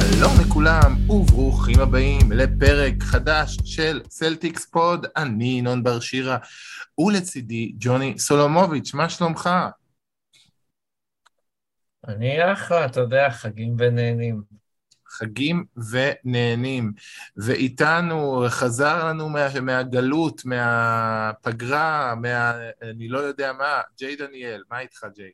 שלום לכולם וברוכים הבאים לפרק חדש של סלטיקס פוד. אני ינון בר שירה ולצידי ג'וני סולומוביץ'. מה שלומך? אני אחלה, אתה יודע, חגים ונהנים. חגים ונהנים. ואיתנו חזר לנו מהגלות, מהפגרה, אני לא יודע מה, ג'יי דניאל. מה איתך ג'יי?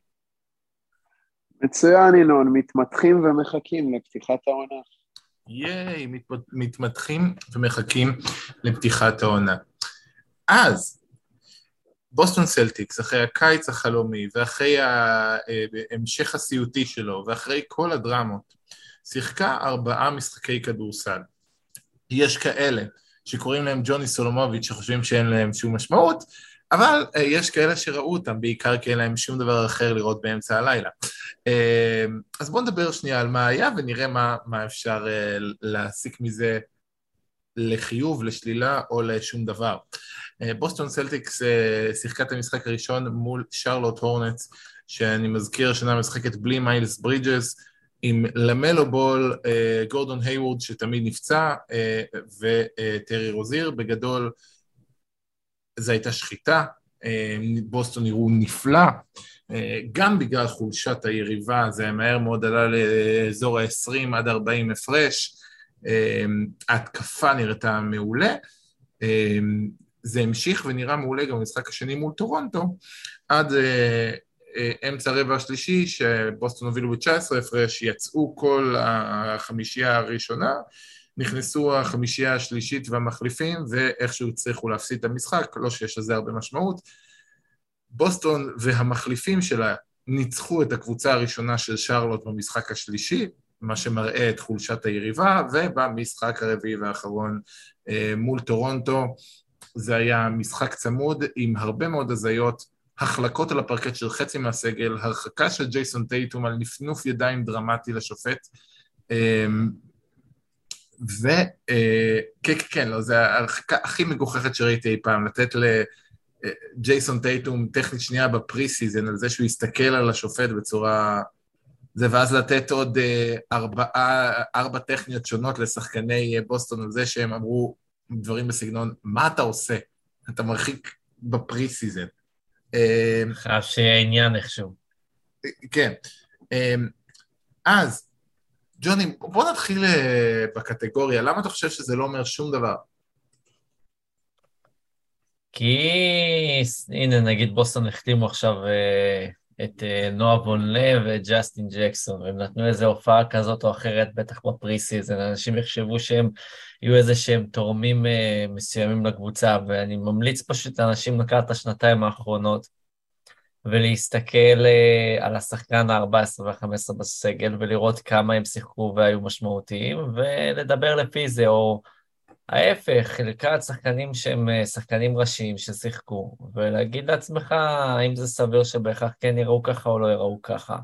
מצוין ינון, מתמתחים ומחכים לפתיחת העונה. ייי, מתמתחים ומחכים לפתיחת העונה. אז בוסטון סלטיקס, אחרי הקיץ החלומי, ואחרי המשך הסיוטי שלו, ואחרי כל הדרמות, שיחקה 4 משחקי כדורסל. יש כאלה שקוראים להם ג'וני סולומוביץ' שחושבים שאין להם שום משמעות, אבל יש כאלה שראו אותם, בעיקר כי אין להם שום דבר אחר לראות באמצע הלילה. אז בואו נדבר שנייה על מה היה, ונראה מה אפשר להסיק מזה לחיוב, לשלילה או לשום דבר. בוסטון סלטיקס שיחקה את המשחק הראשון מול שרלוט הורנטס, שאני מזכיר השנה משחקת בלי מיילס ברידג'ס, עם למלו בול, גורדון הייוורד שתמיד נפצע, וטרי רוזיר. בגדול זו הייתה שחיטה, בוסטון נראו נפלא, גם בגלל חולשת היריבה, זה מהר מאוד עלה לאזור ה-20 עד 40 הפרש, ההתקפה נראתה מעולה, זה המשיך ונראה מעולה גם במשחק השני מול טורונטו, עד אמצע הרבע השלישי, שבוסטון הובילו ב-19 הפרש, יצאו כל החמישייה הראשונה, נכנסו החמישייה השלישית והמחליפים, ואיכשהו הצליחו להפסיד את המשחק, לא שיש לזה הרבה משמעות. בוסטון והמחליפים שלה ניצחו את הקבוצה הראשונה של שרלוט במשחק השלישי, מה שמראה את חולשת היריבה, ובמשחק הרביעי והאחרון מול טורונטו, זה היה משחק צמוד עם הרבה מאוד הזיות, החלקות על הפרקט של חצי מהסגל, הרחקה של ג'ייסון טייטום על נפנוף ידיים דרמטי לשופט, כן, לא, זה ההרחקה הכי מגוחכת שראיתי אי פעם, לתת לג'ייסון טייטום טכנית שנייה בפרי-סיזן, על זה שהוא יסתכל על השופט בצורה זה, ואז לתת עוד 4 טכניות שונות לשחקני בוסטון, על זה שהם אמרו דברים בסגנון, מה אתה עושה? אתה מרחיק בפרי-סיזן. חייב שיהיה עניין איכשהו. כן. אז, ג'וני, בוא נתחיל בקטגוריה. למה אתה חושב שזה לא אומר שום דבר? כי, הנה, נגיד בוסטון החתימו עכשיו את נועה וונלה וג'סטין ג'קסון, והם נתנו איזו הופעה כזאת או אחרת, בטח בפרי-סיזן, אנשים יחשבו שהם יהיו איזה שהם תורמים מסוימים לקבוצה, ואני ממליץ פשוט לאנשים לקחת את השנתיים האחרונות, ולהסתכל על השחקן ה-14 וה-15 בסגל, ולראות כמה הם שיחקו והיו משמעותיים, ולדבר לפי זה, או ההפך, לקראת שחקנים שהם שחקנים ראשיים ששיחקו, ולהגיד לעצמך האם זה סביר שבהכרח כן יראו ככה או לא יראו ככה.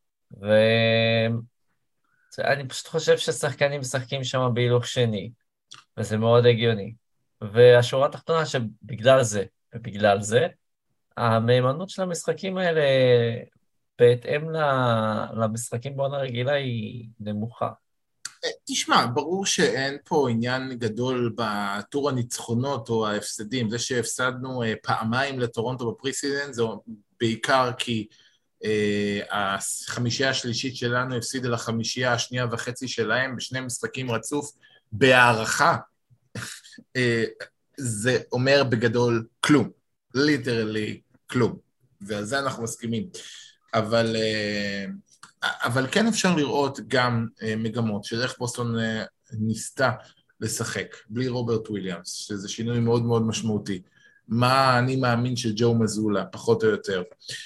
ואני פשוט חושב ששחקנים משחקים שם בהילוך שני, וזה מאוד הגיוני. והשורה התחתונה שבגלל זה, ובגלל זה, המהימנות של המשחקים האלה, בהתאם למשחקים בעונה רגילה, היא נמוכה. תשמע, ברור שאין פה עניין גדול בטור הניצחונות או ההפסדים. זה שהפסדנו פעמיים לטורונטו בפרי-סיזן, זה בעיקר כי החמישייה השלישית שלנו הפסידה לחמישייה השנייה וחצי שלהם, בשני משחקים רצוף, בהערכה. זה אומר בגדול כלום. ליטרלי כלום, ועל זה אנחנו מסכימים, אבל כן אפשר לראות גם מגמות, של איך בוסטון ניסתה לשחק, בלי רוברט וויליאמס, שזה שינוי מאוד מאוד משמעותי, מה אני מאמין שג'ו מזולה, פחות או יותר,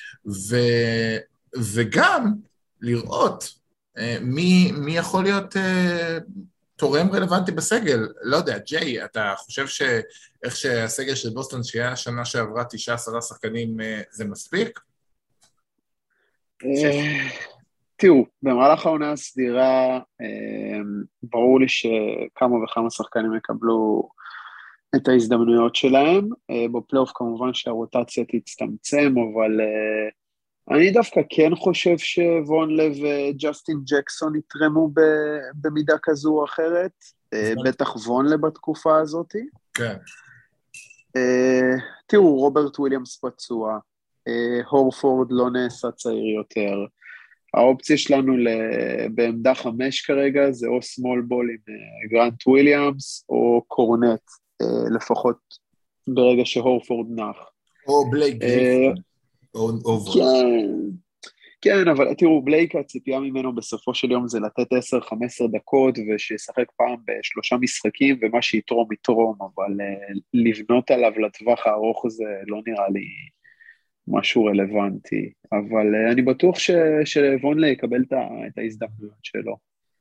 וגם לראות מי יכול להיות תורם רלוונטי בסגל. לא יודע, ג'יי, אתה חושב שאיך שהסגל של בוסטון שהיה שנה שעברה 19 שחקנים זה מספיק? תראו, במהלך העונה הסדירה ברור לי שכמה וכמה שחקנים יקבלו את ההזדמנויות שלהם, בפלייאוף כמובן שהרוטציה תצטמצם, אבל אני דווקא כן חושב שוונלה וג'סטין ג'קסון יתרמו במידה כזו או אחרת, בטח וונלה בתקופה הזאת. כן. תראו, רוברט וויליאמס פצוע, הורפורד לא נעשה צעיר יותר, האופציה שלנו בעמדה 5 כרגע זה או סמול בול עם גרנט וויליאמס או קורנט, לפחות ברגע שהורפורד נח. או בלייק גריפין. כן, כן, אבל תראו, בלייק הציפייה ממנו בסופו של יום זה לתת 10-15 דקות ושישחק פעם ב3 משחקים ומה שיתרום יתרום, אבל לבנות עליו לטווח הארוך זה לא נראה לי משהו רלוונטי, אבל אני בטוח שוונלה יקבל את ההזדמנויות שלו.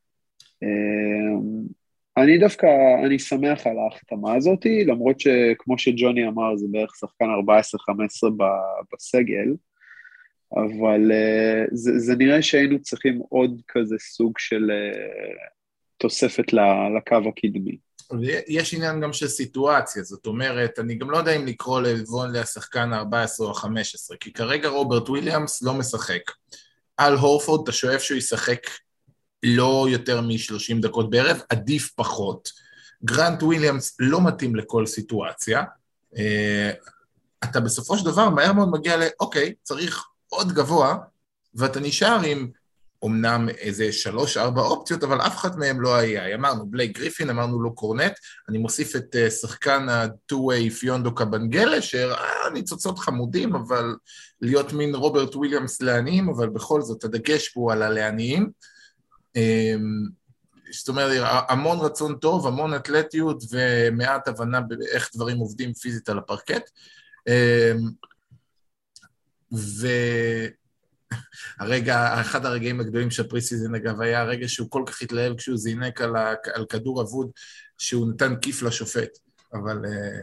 אני דווקא, אני שמח על ההחתמה הזאת, למרות שכמו שג'וני אמר, זה בערך שחקן 14-15 בסגל, אבל זה נראה שהיינו צריכים עוד כזה סוג של תוספת לקו הקדמי. יש עניין גם של סיטואציה, זאת אומרת, אני גם לא יודע אם לקרוא לוונלה השחקן ה-14 או ה-15, כי כרגע רוברט וויליאמס לא משחק. על הורפורד אתה שואף שהוא ישחק לא יותר מ-30 דקות בערב, עדיף פחות. גרנט וויליאמס לא מתאים לכל סיטואציה, אתה בסופו של דבר מהר מאוד מגיע אוקיי, צריך עוד גבוה, ואתה נשאר עם אמנם איזה 3-4 אופציות, אבל אף אחד מהם לא היה. אמרנו בלייק גריפין, אמרנו לו קורנט, אני מוסיף את שחקן ה-2-way פיונדו קבנגלה, שהראה ניצוצות חמודים, אבל להיות מין רוברט וויליאמס לעניים, אבל בכל זאת הדגש פה על הלעניים. זאת אומרת, המון רצון טוב, המון אתלטיות, ומעט הבנה באיך דברים עובדים פיזית על הפרקט. הרגע, אחד הרגעים הגדולים של פרי-סיזן, אגב, היה הרגע שהוא כל כך התלהב כשהוא זינק על כדור אבוד, שהוא נתן כיף לשופט, אבל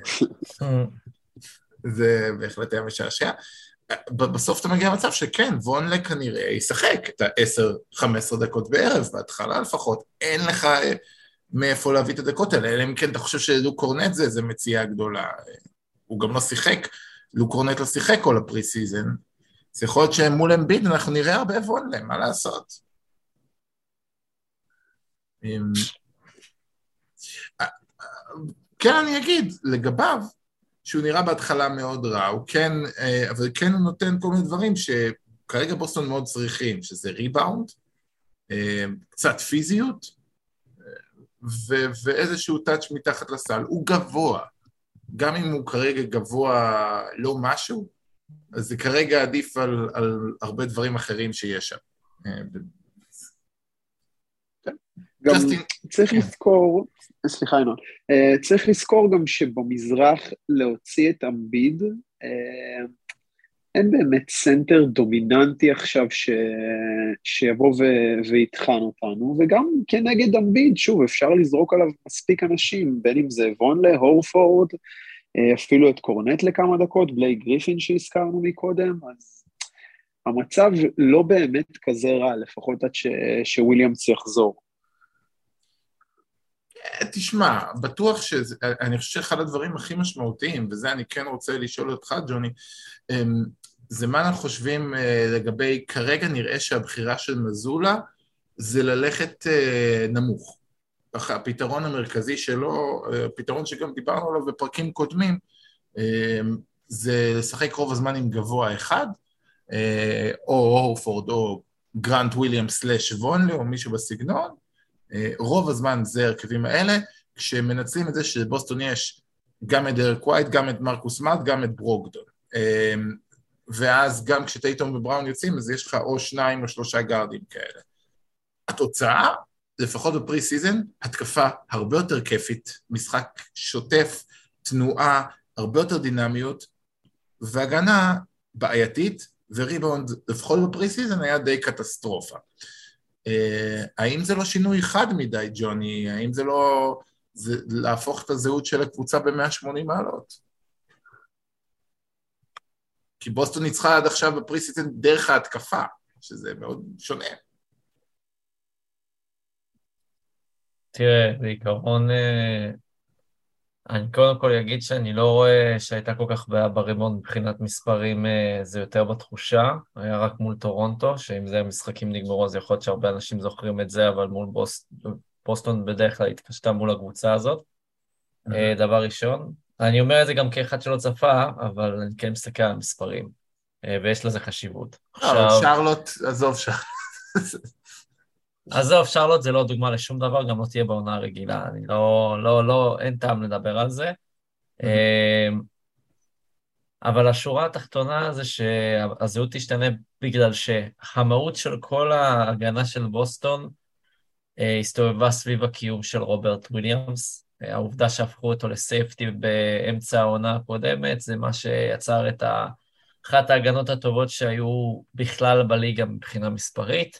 זה בהחלט היה משעשע. בסוף אתה מגיע למצב שכן, וונלה כנראה ישחק את ה-10-15 דקות בערב, בהתחלה לפחות, אין לך מאיפה להביא את הדקות האלה, אלא אם כן אתה חושב שלוק קורנט זה מציאה גדולה, הוא גם לא שיחק, לוק קורנט לא שיחק כל הפרי-סיזן, זה יכול להיות שמול אמביד אנחנו נראה הרבה וונלה, מה לעשות? כן, אני אגיד, לגביו, שהוא נראה בהתחלה מאוד רע, אבל כן הוא נותן כל מיני דברים שכרגע בוסטון מאוד צריכים, שזה ריבאונד, קצת פיזיות, ואיזשהו טאץ' מתחת לסל, הוא גבוה, גם אם הוא כרגע גבוה לא משהו, אז זה כרגע עדיף על הרבה דברים אחרים שיש שם. גם צריך לזכור, סליחה ינון, צריך לזכור גם שבמזרח להוציא את אמביד, אין באמת סנטר דומיננטי עכשיו שיבוא ויתחן אותנו, וגם כנגד אמביד, שוב, אפשר לזרוק עליו מספיק אנשים, בין אם זה וונלה, הורפורד, אפילו את קורנט לכמה דקות, בלייק גריפין שהזכרנו מקודם, אז המצב לא באמת כזה רע, לפחות עד שוויליאמס יחזור. תשמע, בטוח אני חושב שאחד הדברים הכי משמעותיים, וזה אני כן רוצה לשאול אותך, ג'וני, זה מה אנחנו חושבים לגבי, כרגע נראה שהבחירה של מזולה, זה ללכת נמוך. הפתרון המרכזי שלו, פתרון שגם דיברנו עליו בפרקים קודמים, זה לשחק רוב הזמן עם גבוה אחד, או הורפורד, או גרנט וויליאם סלש וונלי, או מישהו בסגנון, רוב הזמן זה הרכבים האלה, כשמנצלים את זה שבוסטון יש גם את דרק ווייט, גם את מרקוס מארט, גם את ברוגדון. ואז גם כשטייטום ובראון יוצאים, אז יש לך או 2 או 3 גארדים כאלה. התוצאה, לפחות בפרי סיזן, התקפה הרבה יותר כיפית, משחק שוטף, תנועה, הרבה יותר דינמיות, והגנה בעייתית, וריבאונד, לפחות בפרי סיזן, היה די קטסטרופה. האם זה לא שינוי חד מדי, ג'וני? האם זה לא להפוך את הזהות של הקבוצה ב-180 מעלות? כי בוסטון ניצחה עד עכשיו בפרי סיזן דרך ההתקפה, שזה מאוד שונה. תראה, בעיקרון אני קודם כל אגיד שאני לא רואה שהייתה כל כך בעיה ברימון מבחינת מספרים, זה יותר בתחושה, היה רק מול טורונטו, שאם זה המשחקים נגמרו, אז יכול להיות שהרבה אנשים זוכרים את זה, אבל מול בוסטון בדרך כלל התקשתה מול הקבוצה הזאת. דבר ראשון, אני אומר את זה גם כאחד שלא צפה, אבל אני כן מסתכל על המספרים, ויש לזה חשיבות. שרלוט, עזוב שרלוט. עזוב, שרלוט זה לא דוגמה לשום דבר, גם לא תהיה בעונה הרגילה, אני לא, אין טעם לדבר על זה. אבל השורה התחתונה זה שהזהות תשתנה בגלל שהמהות של כל ההגנה של בוסטון הסתובבה סביב הקיום של רוברט וויליאמס. העובדה שהפכו אותו לסייפטי באמצע העונה הקודמת, זה מה שיצר את אחת ההגנות הטובות שהיו בכלל בליגה מבחינה מספרית,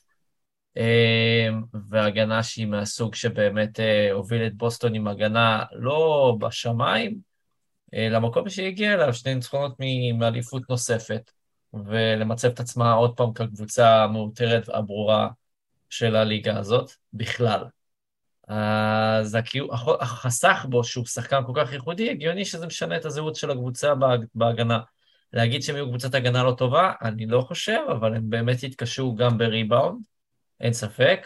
והגנה שהיא מהסוג שבאמת הוביל את בוסטון עם הגנה לא בשמיים, למקום שהגיע אליו, 2 ניצחונות מאליפות נוספת, ולמצב את עצמה עוד פעם כקבוצה המאותרת הברורה של הליגה הזאת, בכלל. אז החסך בו, שהוא שחקן כל כך ייחודי, הגיוני שזה משנה את הזהות של הקבוצה בהגנה. להגיד שהם יהיו קבוצת הגנה לא טובה, אני לא חושב, אבל הם באמת יתקשו גם בריבאונד, אין ספק.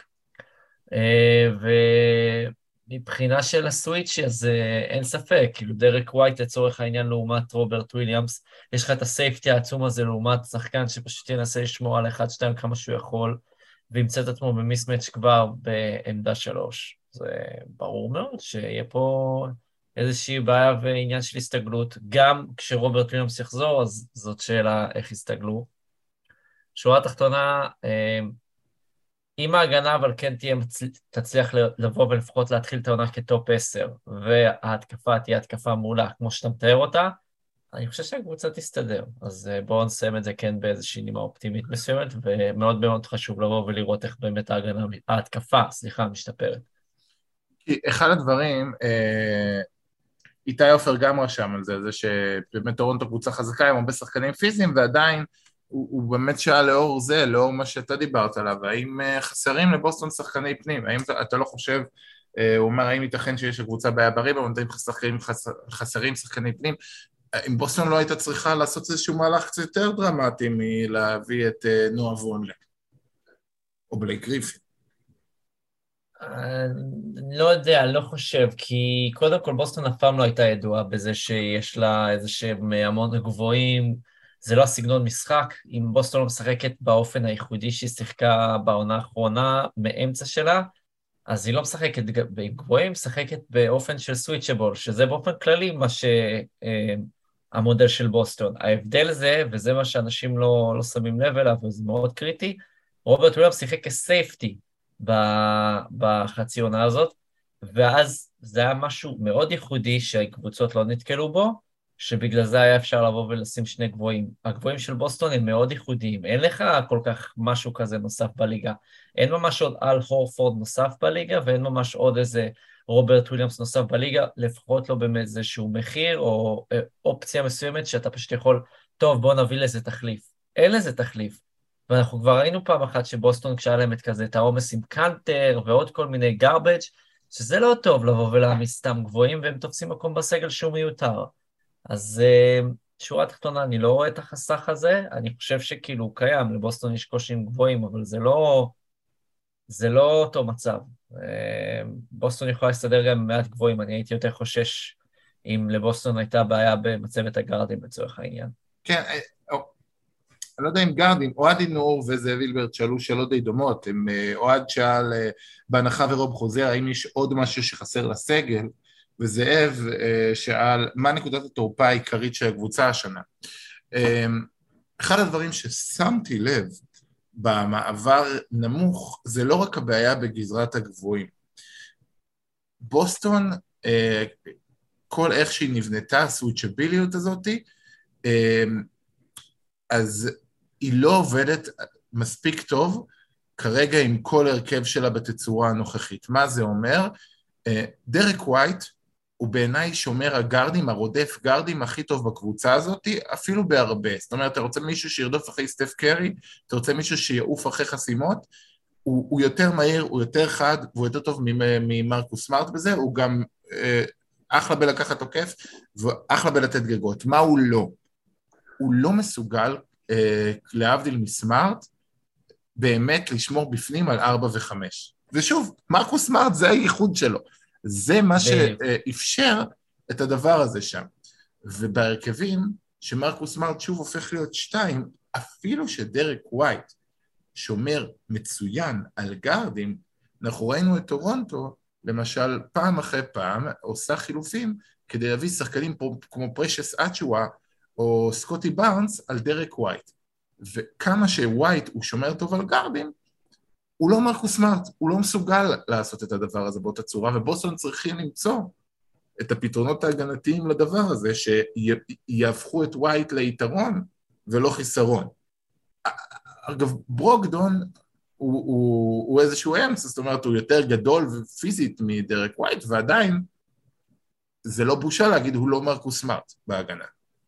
מבחינה של הסוויץ' אז אין ספק, כאילו דרק ווייט לצורך העניין לעומת רוברט וויליאמס, יש לך את הסייפטי העצום הזה לעומת שחקן שפשוט ינסה לשמור על 1-2 כמה שהוא יכול, וימצא את עצמו במיסמץ' כבר בעמדה 3. זה ברור מאוד שיהיה פה איזושהי בעיה ועניין של הסתגלות, גם כשרוברט וויליאמס יחזור, אז זאת שאלה איך יסתגלו. שורה תחתונה, אם ההגנה אבל כן תצליח לבוא ולפחות להתחיל את העונה כטופ 10, וההתקפה תהיה התקפה מעולה, כמו שאתה מתאר אותה, אני חושב שהקבוצה תסתדר. אז בואו נסיים את זה כן באיזושהי נימה אופטימית מסוימת, ומאוד מאוד חשוב לבוא ולראות איך באמת ההתקפה, משתפרת. אחד הדברים, איתי אופר גם רשם על זה, זה שבאמת טורונטו קבוצה חזקה עם הרבה שחקנים פיזיים, ועדיין הוא באמת שאל לאור זה, לאור מה שאתה דיברת עליו, האם חסרים לבוסטון שחקני פנים, האם אתה לא חושב, הוא אומר, האם ייתכן שיש הקבוצה בעיה בריבאונד, האם חסרים שחקני פנים, אם בוסטון לא הייתה צריכה לעשות איזשהו מהלך קצת יותר דרמטי מלהביא את נועה וונלה, או בלייק גריפין. לא יודע, לא חושב, כי קודם כל בוסטון אף פעם לא הייתה ידועה בזה שיש לה איזשהם המון גבוהים, זה לא הסגנון משחק. אם בוסטון לא משחקת באופן הייחודי שהיא שיחקה בעונה האחרונה מאמצע שלה, אז היא לא משחקת בגבוהים, משחקת באופן של סוויצ'בול, שזה באופן כללי מה שהמודל של בוסטון. ההבדל זה, וזה מה שאנשים לא שמים לב אליו, וזה מאוד קריטי, רוברט וויליאמס שיחק כסייפטי בחצי עונה הזאת, ואז זה היה משהו מאוד ייחודי שהקבוצות לא נתקלו בו, שבגלל זה היה אפשר לבוא ולשים 2 גבוהים. הגבוהים של בוסטון הם מאוד ייחודיים, אין לך כל כך משהו כזה נוסף בליגה, אין ממש עוד אל הורפורד נוסף בליגה, ואין ממש עוד איזה רוברט וויליאמס נוסף בליגה, לפחות לא באמת איזשהו מחיר, או אופציה מסוימת שאתה פשוט יכול, טוב בוא נביא לזה תחליף. אין לזה תחליף. ואנחנו כבר ראינו פעם אחת שבוסטון כשהיה להם את כזה, את העומס עם קנטר ועוד כל מיני גרבג', שזה לא טוב לבוא ולהעמיס סתם גבוהים, והם תופסים מקום בסגל שהוא מיותר. אז שורה תחתונה, אני לא רואה את החסך הזה, אני חושב שכאילו הוא קיים, לבוסטון יש קושיים גבוהים, אבל זה לא אותו מצב. בוסטון יכולה להסתדר גם מעט גבוהים, אני הייתי יותר חושש אם לבוסטון הייתה בעיה במצבת הגארדים לצורך העניין. כן, אני לא יודע אם גארדים, אוהד נור וזאב וילברט שאלו שאלות די דומות, אוהד שאל בהנחה ורוב חוזר, האם יש עוד משהו שחסר לסגל, וזאב שאל מה נקודת התורפה העיקרית של הקבוצה השנה. אחד הדברים ששמתי לב במעבר נמוך, זה לא רק הבעיה בגזרת הגבוהים. בוסטון, כל איך שהיא נבנתה, הסוויצ'ביליות הזאת, אז היא לא עובדת מספיק טוב כרגע עם כל הרכב שלה בתצורה הנוכחית. מה זה אומר? דרק ווייט הוא בעיניי שומר הגארדים, הרודף גארדים הכי טוב בקבוצה הזאת, אפילו בהרבה. זאת אומרת, אתה רוצה מישהו שירדוף אחרי סטף קרי, אתה רוצה מישהו שיעוף אחרי חסימות, הוא יותר מהיר, הוא יותר חד, והוא יותר טוב ממרקוס סמארט בזה, הוא גם אחלה בלקחת תוקף, ואחלה בלתת גגות. מה הוא לא? הוא לא מסוגל, להבדיל מסמארט, באמת לשמור בפנים על 4 ו-5. ושוב, מרקוס סמארט זה הייחוד שלו. זה מה שאפשר את הדבר הזה שם. ובהרכבים, שמרקוס סמארט שוב הופך להיות 2, אפילו שדרק ווייט שומר מצוין על גארדים, אנחנו ראינו את טורונטו, למשל, פעם אחרי פעם, עושה חילופים, כדי להביא שחקנים כמו פרשס אצ'ואה, או סקוטי בארנס, על דרק ווייט. וכמה שווייט הוא שומר טוב על גארדים, הוא לא מרקוס סמארט, הוא לא מסוגל לעשות את הדבר הזה באותה צורה, ובוסטון צריכים למצוא את הפתרונות ההגנתיים לדבר הזה, שיהפכו את ווייט ליתרון ולא חיסרון. אגב, ברוקדון הוא איזשהו אמצע, זאת אומרת, הוא יותר גדול ופיזית מדרק ווייט, ועדיין זה לא בושה להגיד, הוא לא מרקוס סמארט בהגנה.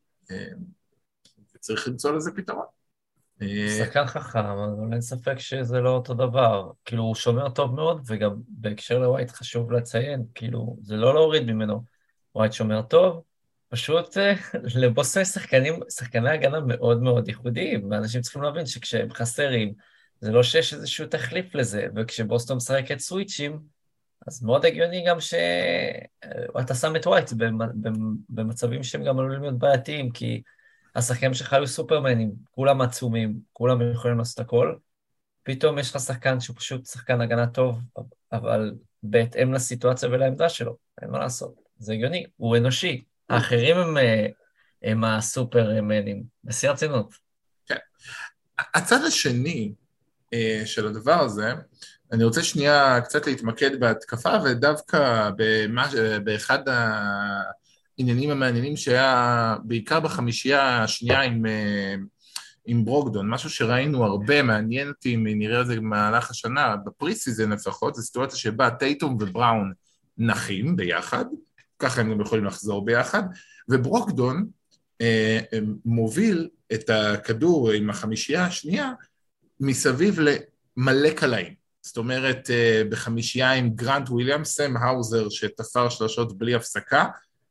וצריך למצוא לזה פתרון. שחקן חכם, אבל אין ספק שזה לא אותו דבר. כאילו, הוא שומר טוב מאוד, וגם בהקשר לווייט חשוב לציין, כאילו, זה לא להוריד ממנו. ווייט שומר טוב, פשוט לבוסטון שחקני הגנה מאוד מאוד ייחודיים, ואנשים צריכים להבין שכשהם חסרים, זה לא שיש איזשהו תחליף לזה, וכשבוסטון משחקת סוויצ'ים, אז מאוד הגיוני גם שאתה שם את ווייט במצבים שהם גם עלולים להיות בעייתיים, כי השחקנים שלך היו סופרמנים, כולם עצומים, כולם יכולים לעשות הכל, פתאום יש לך שחקן שהוא פשוט שחקן הגנה טוב, אבל בהתאם לסיטואציה ולעמדה שלו, אין מה לעשות, זה הגיוני, הוא אנושי, האחרים הם הסופרמנים, בשיא הרצינות. כן. הצד השני של הדבר הזה, אני רוצה שנייה קצת להתמקד בהתקפה, ודווקא באחד העניינים המעניינים שהיה בעיקר בחמישייה השנייה עם ברוקדון, משהו שראינו הרבה, מעניין אותי אם נראה את זה במהלך השנה, בפרי-סיזן לפחות, זו סיטואציה שבה טייטום ובראון נחים ביחד, ככה הם גם יכולים לחזור ביחד, וברוקדון מוביל את הכדור עם החמישייה השנייה, מסביב למלא קלעים. זאת אומרת, בחמישייה עם גרנט וויליאמס, סם האוזר שתפר שלשות בלי הפסקה,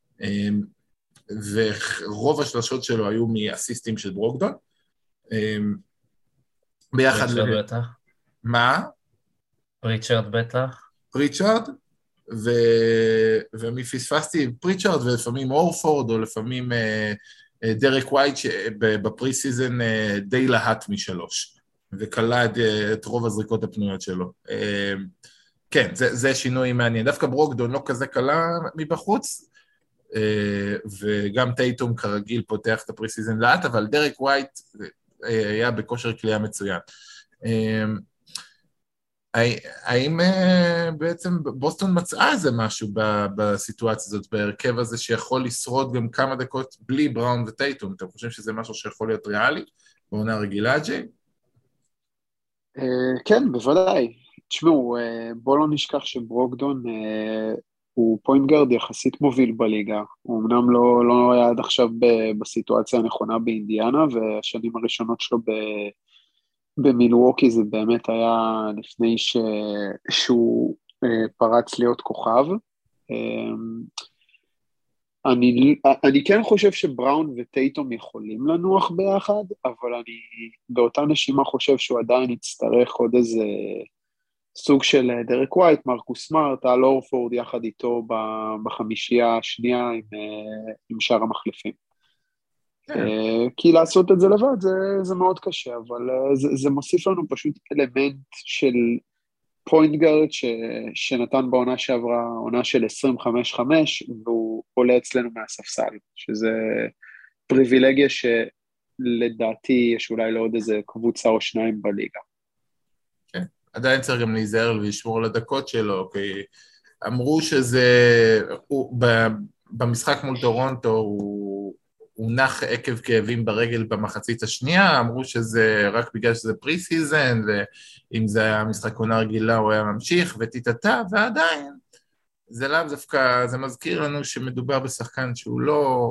ורוב השלשות שלו היו מאסיסטים של ברוקדון. ביחד בטח. מה? פריצ'רד בטח. פריצ'רד, ומפספסתי פריצ'רד, ולפעמים אורפורד, או לפעמים דרק ווייט, בפרי סיזן די להט משלוש. וקלה את רוב הזריקות הפנויות שלו. כן, זה שינוי מעניין. דווקא ברוקדון לא כזה קלה מבחוץ, וגם טייטום כרגיל פותח את הפרי-סיזן לאט, אבל דרק ווייט היה בכושר קליעה מצוין. האם בעצם בוסטון מצאה איזה משהו בסיטואציה הזאת, בהרכב הזה שיכול לשרוד גם כמה דקות בלי בראון וטייטום? אתם חושבים שזה משהו שיכול להיות ריאלי בעונה רגילה, ג'יי? כן, בוודאי. תשמעו, בוא לא נשכח שברוקדון הוא פוינט גארד יחסית מוביל בליגה. הוא אמנם לא היה עד עכשיו בסיטואציה הנכונה באינדיאנה, והשנים הראשונות שלו במילווקי זה באמת היה לפני שהוא פרץ להיות כוכב. אני כן חושב שבראון וטייטום יכולים לנוח ביחד, אבל אני באותה נשימה חושב שהוא עדיין יצטרך עוד איזה סוג של דרק ווייט, מרקוס סמארט, על אורפורד יחד איתו בחמישייה השנייה עם שאר המחליפים. כי לעשות את זה לבד זה מאוד קשה, אבל זה מוסיף לנו פשוט אלמנט של פוינט גארד שנתן בעונה שעברה, עונה של 25-5, והוא עולה אצלנו מהספסל, שזה פריבילגיה שלדעתי יש אולי לעוד איזה קבוצה או שניים בליגה. כן, עדיין צריך גם להיזהר ולשמור לדקות שלו, כי אמרו שזה, במשחק מול טורונטו הוא נח עקב כאבים ברגל במחצית השנייה, אמרו שזה רק בגלל שזה פרי-סיזן, ואם זה היה משחק עונה רגילה הוא היה ממשיך ותיתתה, ועדיין זה לאו דווקא, זה מזכיר לנו שמדובר בשחקן שהוא לא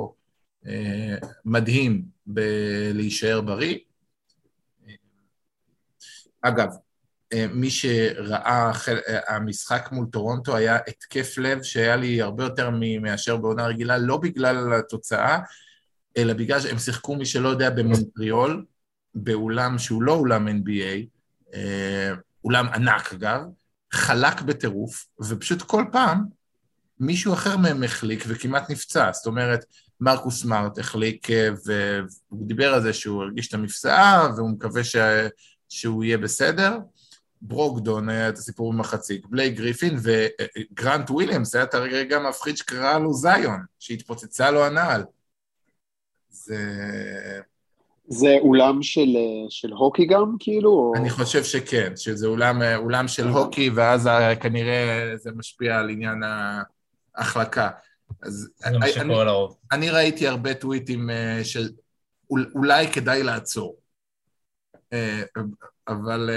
מדהים בלהישאר בריא. אגב, מי שראה המשחק מול טורונטו היה התקף לב שהיה לי הרבה יותר מאשר בעונה רגילה, לא בגלל התוצאה, אלא בגלל שהם שיחקו מי שלא יודע במונטריאול, באולם שהוא לא אולם NBA, אולם ענק אגב, חלק בטירוף, ופשוט כל פעם מישהו אחר מהם החליק וכמעט נפצע, זאת אומרת, מרקוס סמארט החליק, והוא דיבר על זה שהוא הרגיש את המפסעה, והוא מקווה שהוא יהיה בסדר, ברוקדון היה את הסיפור במחצית, בלייק גריפין וגרנט וויליאמס, היה את הרגע מפחיד שקרא לו זיון, שהתפוצצה לו הנעל. זה אולם של הוקי גם, כאילו? אני חושב שכן, שזה אולם של הוקי, ואז כנראה זה משפיע על עניין ההחלקה. זה מה שקורה לרוב. אני ראיתי הרבה טוויטים של אולי כדאי לעצור, אבל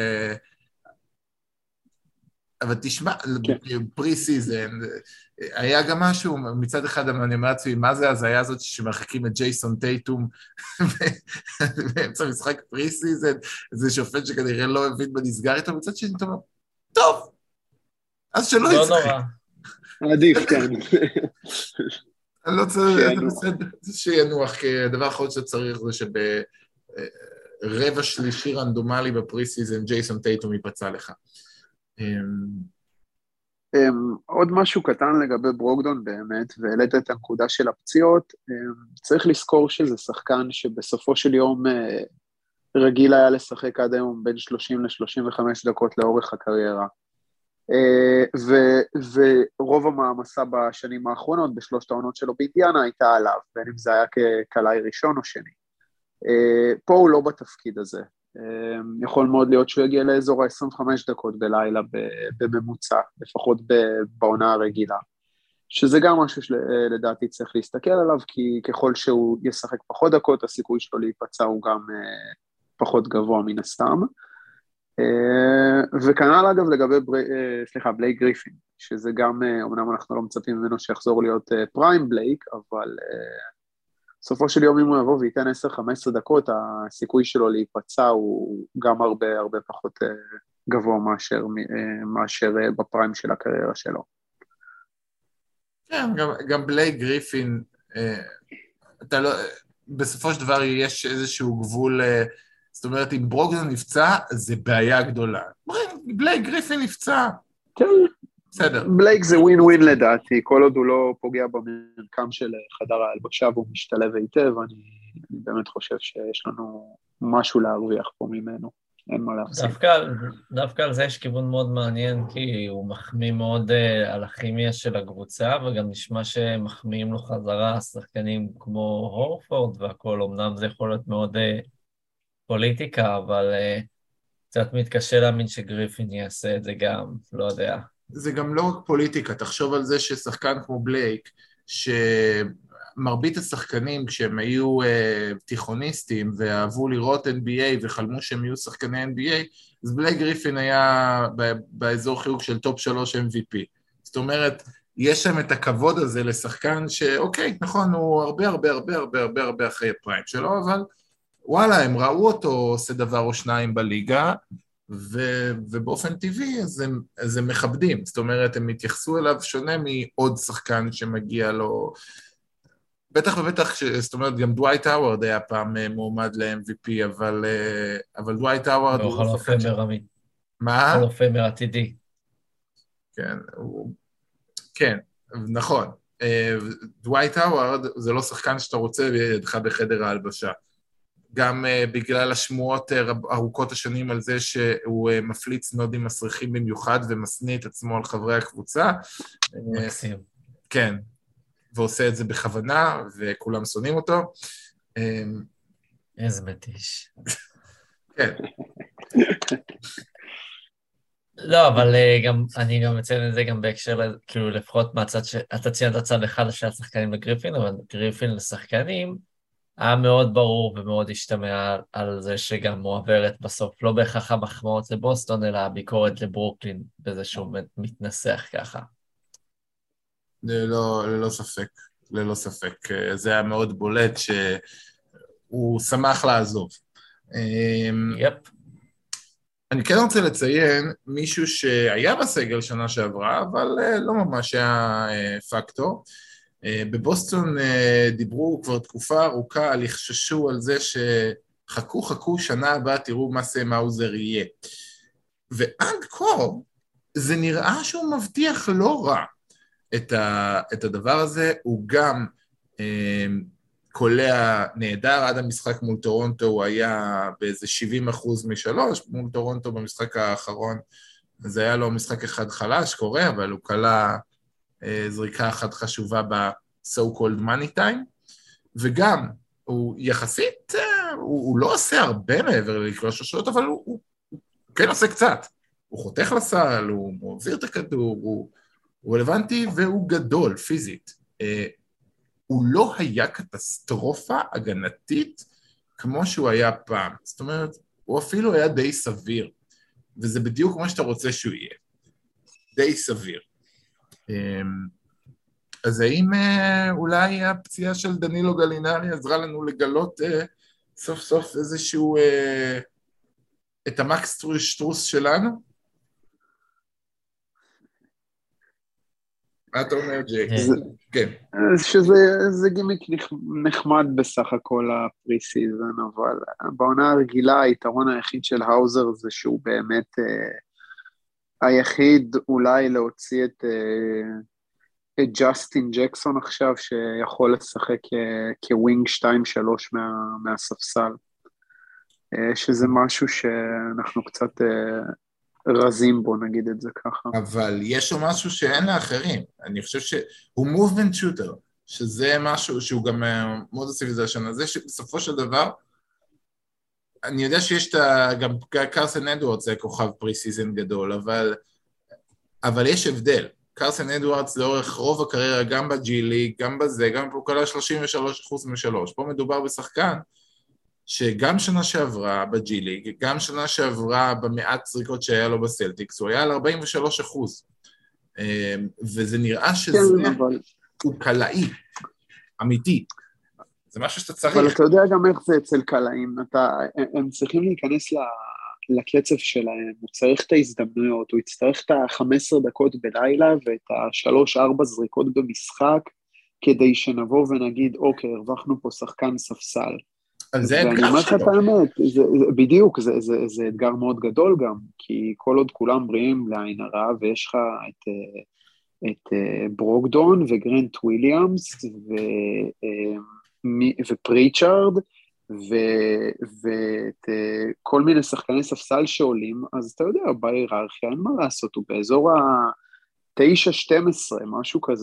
תשמע, פרי סיזן, היה גם משהו, מצד אחד אני אומר לעצמי, מה זה הזיה הזאת שמרחקים את ג'ייסון טייטום באמצע משחק פרי סיזן, זה שופט שכנראה לא הבין בנסגר איתו, מצד שני, טוב, אז שלא יצחק. עדיף, כן. אני לא צריך, זה בסדר, זה שינוח, כי הדבר האחרון שצריך זה שברבע שלישי רנדומלי בפרי סיזן, ג'ייסון טייטום ייפצע לך. עוד משהו קטן לגבי ברוקדון באמת, והעלית את הנקודה של הפציעות, צריך לזכור שזה שחקן שבסופו של יום רגיל היה לשחק עד היום בין 30 ל-35 דקות לאורך הקריירה, ורוב המעמסה בשנים האחרונות, בשלושת העונות שלו באינדיאנה, הייתה עליו, בין אם זה היה כקלעי ראשון או שני. פה הוא לא בתפקיד הזה, יכול מאוד להיות שהוא יגיע לאזור ה-25 דקות בלילה בממוצע, לפחות בעונה הרגילה, שזה גם משהו שלדעתי צריך להסתכל עליו, כי ככל שהוא ישחק פחות דקות, הסיכוי שלו להיפצע הוא גם פחות גבוה מן הסתם, וכנ"ל אגב לגבי בלייק גריפין, שזה גם, אמנם אנחנו לא מצפים ממנו שיחזור להיות פריים בלייק, אבל בסופו של יום אם הוא יבוא וייתן 10-15 דקות, הסיכוי שלו להיפצע הוא גם הרבה פחות גבוה מאשר בפריים של הקריירה שלו. כן, גם בלייק גריפין, בסופו של דבר יש איזשהו גבול, זאת אומרת, אם ברוקדון נפצע, זה בעיה גדולה. בלייק גריפין נפצע. כן. בסדר. בלייק זה ווין ווין לדעתי, כל עוד הוא לא פוגע במרקם של חדר ההלבשה והוא משתלב היטב, אני באמת חושב שיש לנו משהו להרוויח פה ממנו, אין מה להפסיק. דווקא על זה יש כיוון מאוד מעניין, כי הוא מחמיא מאוד על הכימיה של הקבוצה, וגם נשמע שמחמיאים לו חזרה שחקנים כמו הורפורד והכל, אמנם זה יכול להיות מאוד פוליטיקה, אבל קצת מתקשה להאמין שגריפין יעשה את זה גם, לא יודע. זה גם לא רק פוליטיקה, תחשוב על זה ששחקן כמו בלייק, שמרבית השחקנים כשהם היו תיכוניסטים ואהבו לראות NBA וחלמו שהם יהיו שחקני NBA, אז בלייק גריפין היה באזור חיוג של טופ 3 MVP. זאת אומרת, יש שם את הכבוד הזה לשחקן שאוקיי, נכון, הוא הרבה אחרי הפריים שלו, אבל וואלה, הם ראו אותו עושה דבר או שניים בליגה, ובאופן טבעי אז הם מכבדים, זאת אומרת, הם התייחסו אליו שונה מעוד שחקן שמגיע לו, בטח ובטח, זאת אומרת, גם דווייט האוורד היה פעם מועמד ל-MVP, אבל דווייט האוורד הוא לא שחקן ברמי. מה? הוא פיימר עתידי. כן, נכון. דווייט האוורד זה לא שחקן שאתה רוצה לידך בחדר ההלבשה. גם בגלל השמועות ארוכות השנים על זה שהוא מפליץ נודים מסריחים במיוחד ומסניא את עצמו על חברי הקבוצה. מקסים. כן, ועושה את זה בכוונה, וכולם שונאים אותו. איזה מתיש. כן. לא, אבל אני גם מציין את זה גם בהקשר, כאילו לפחות מהצד אתה ציינת הצד אחד של השחקנים לגריפין, אבל גריפין לשחקנים, היה מאוד ברור ומאוד השתמע על זה שגם מועברת בסוף, לא בהכרח המחמאות לבוסטון, אלא הביקורת לברוקלין, בזה שהוא מתנסח ככה. ללא ספק. זה היה מאוד בולט שהוא שמח לעזוב. יפ. אני כן רוצה לציין מישהו שהיה בסגל שנה שעברה, אבל לא ממש היה פקטור. בבוסטון דיברו כבר תקופה ארוכה, לחששו על זה חכו, שנה הבאה תראו מה סם האוזר יהיה. ועד כה, זה נראה שהוא מבטיח לא רע את הדבר הזה, הוא גם קולע נהדר, עד המשחק מול טורונטו הוא היה באיזה 70% משלוש, מול טורונטו במשחק האחרון, זה היה לו משחק אחד חלש, קורה, אבל הוא קלע זריקה אחת חשובה ב-so called money time, וגם הוא יחסית, הוא לא עושה הרבה מעבר לקלוע שלשות, אבל הוא כן עושה קצת. הוא חותך לסל, הוא מועביר את הכדור, הוא רלוונטי והוא גדול פיזית. הוא לא היה קטסטרופה הגנתית כמו שהוא היה פעם. זאת אומרת, הוא אפילו היה די סביר, וזה בדיוק כמו שאתה רוצה שהוא יהיה. די סביר. אז האם אולי הפציעה של דנילו גלינרי עזרה לנו לגלות סוף סוף איזשהו, את המקס שטרוס שלנו? מה אתה אומר, ג'יי? כן. שזה גימיק נחמד בסך הכל הפרי-סיזן, אבל בעונה הרגילה היתרון היחיד של האוזר זה שהוא באמת היחיד אולי להוציא את ג'סטין ג'קסון עכשיו, שיכול לשחק כווינג 2-3 מהספסל, שזה משהו שאנחנו קצת רזים בו, נגיד את זה ככה. אבל יש לו משהו שאין לאחרים, אני חושב שהוא מובמנט שוטר, שזה משהו שהוא גם מאוד הסיביזיישן הזה, שבסופו של דבר, אני יודע שיש גם קרסן אדוארדס זה כוכב פרי-סיזן גדול, אבל יש הבדל. קרסן אדוארדס לאורך רוב הקריירה, גם בג'י ליג, גם בזה, גם פה קלה 33% משלוש. פה מדובר בשחקן, שגם שנה שעברה בג'י ליג, גם שנה שעברה במעט זריקות שהיה לו בסלטיקס, הוא היה על 43%. וזה נראה שזה הוא קלעי, אמיתי. זה משהו שאתה צריך. אבל אתה יודע גם איך זה אצל קלעים, הם צריכים להיכנס לקצב שלהם, הוא צריך את ההזדמנויות, הוא יצטרך את ה-15 דקות בלילה ואת ה-3-4 זריקות במשחק, כדי שנבוא ונגיד, אוקיי, הרווחנו פה שחקן ספסל. זה אתגר שלו. האמת, בדיוק, זה אתגר מאוד גדול גם, כי כל עוד כולם בריאים לעין הרע, ויש לך את ברוקדון וגרנט וויליאמס ופריצ'ארד, ואת כל מיני שחקני ספסל שעולים, אז אתה יודע, בהיררכיה אין מה לעשות, הוא באזור ה-9-12, משהו כזה.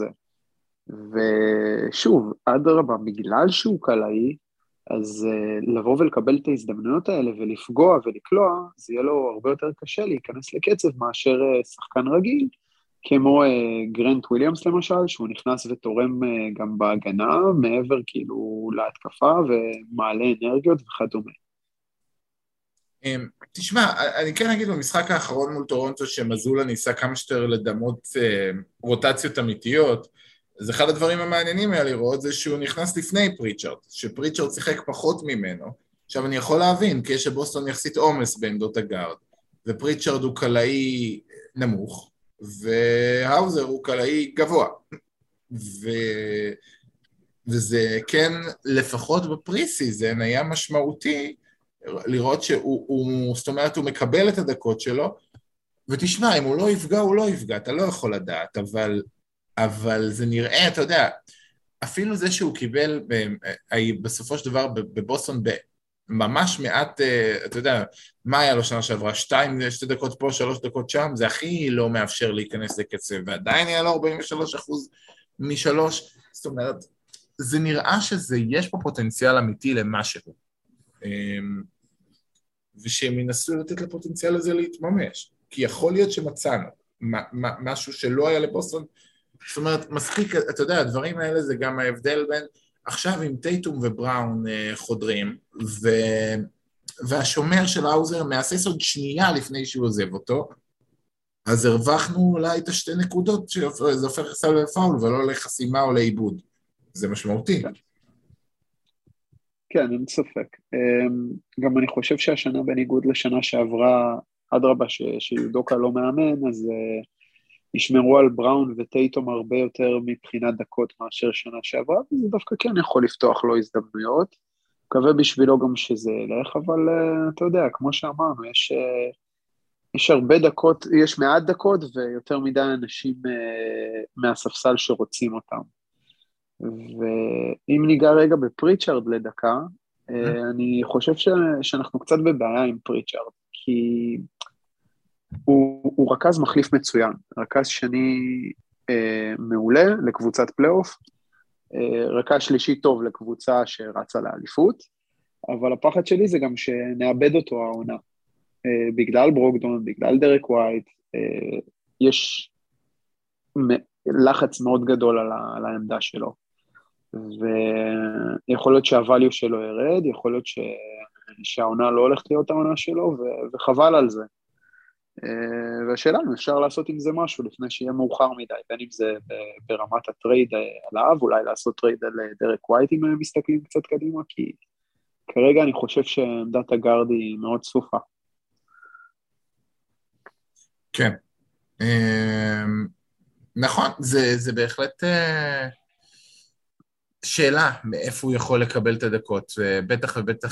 ושוב, אדרבה, בגלל שהוא קלעי, אז לבוא ולקבל את ההזדמנויות האלה ולפגוע ולקלוע, זה יהיה לו הרבה יותר קשה להיכנס לקצב מאשר שחקן רגיל, כמו גרנט וויליאמס למשל, שהוא נכנס ותורם גם בהגנה, מעבר כאילו להתקפה ומעלה אנרגיות וכדומה. תשמע, אני כן אגיד במשחק האחרון מול טורונטו, שמזולה ניסה כמה שיותר לדמות רוטציות אמיתיות, אז אחד הדברים המעניינים היה לראות זה שהוא נכנס לפני פריצ'רד, שפריצ'רד שיחק פחות ממנו. עכשיו אני יכול להבין, כי יש שבוסטון יחסית עומס בעמדות הגארד, ופריצ'רד הוא קלעי נמוך, והאוזר הוא קלעי גבוה. וזה כן, לפחות בפרי-סיזן, היה משמעותי לראות שהוא, זאת אומרת, הוא מקבל את הדקות שלו, ותשמע, אם הוא לא יפגע, הוא לא יפגע, אתה לא יכול לדעת, אבל זה נראה, אתה יודע, אפילו זה שהוא קיבל בסופו של דבר בבוסטון ממש מעט, אתה יודע, מה היה לו שנה שעברה? 2 דקות פה, 3 דקות שם, זה הכי לא מאפשר להיכנס לקצב, ועדיין היה לו 43% משלוש, זאת אומרת, זה נראה יש פה פוטנציאל אמיתי למשהו, ושהם ינסו לתת לפוטנציאל הזה להתממש, כי יכול להיות שמצאנו משהו שלא היה לבוסטון, זאת אומרת, מספיק, אתה יודע, הדברים האלה זה גם ההבדל בין, עכשיו עם טייטום ובראון חודרים, והשומר של האוזר מאסס עוד שנייה לפני שהוא עוזב אותו, אז הרווחנו אולי את השתי נקודות, שזה הופך לסל לפאול, ולא לחסימה או לאיבוד. זה משמעותי. כן, אין ספק. גם אני חושב שהשנה בניגוד לשנה שעברה, אדרבה שיודוקה לא מאמן, אז ישמרו על בראון וטייטום הרבה יותר מבחינת דקות מאשר שנה שעברה, וזה דווקא כן יכול לפתוח לו הזדמנויות, מקווה בשבילו גם שזה ילך, אבל אתה יודע, כמו שאמרנו, יש הרבה דקות, יש מעט דקות ויותר מדי אנשים מהספסל שרוצים אותם. ואם ניגע רגע בפריצ'ארד לדקה, אני חושב שאנחנו קצת בבעיה עם פריצ'ארד, כי הוא רכז מחליף מצוין, רכז שני מעולה לקבוצת פלייאוף, רכז שלישי טוב לקבוצה שרצה לאליפות, אבל הפחד שלי זה גם שנאבד אותו העונה. בגלל ברוקדון, בגלל דרק ווייט, יש לחץ מאוד גדול על העמדה שלו, ויכול להיות שהווליו שלו ירד, יכול להיות שהעונה לא הולכת להיות העונה שלו, וחבל על זה. והשאלה אם אפשר לעשות עם זה משהו לפני שיהיה מאוחר מדי, בין אם זה ברמת הטרייד עליו, אולי לעשות טרייד על דרק ווייט אם הם מסתכלים קצת קדימה, כי כרגע אני חושב שעמדת הגארד היא מאוד צפופה. כן. נכון, זה בהחלט שאלה מאיפה הוא יכול לקבל את הדקות, בטח ובטח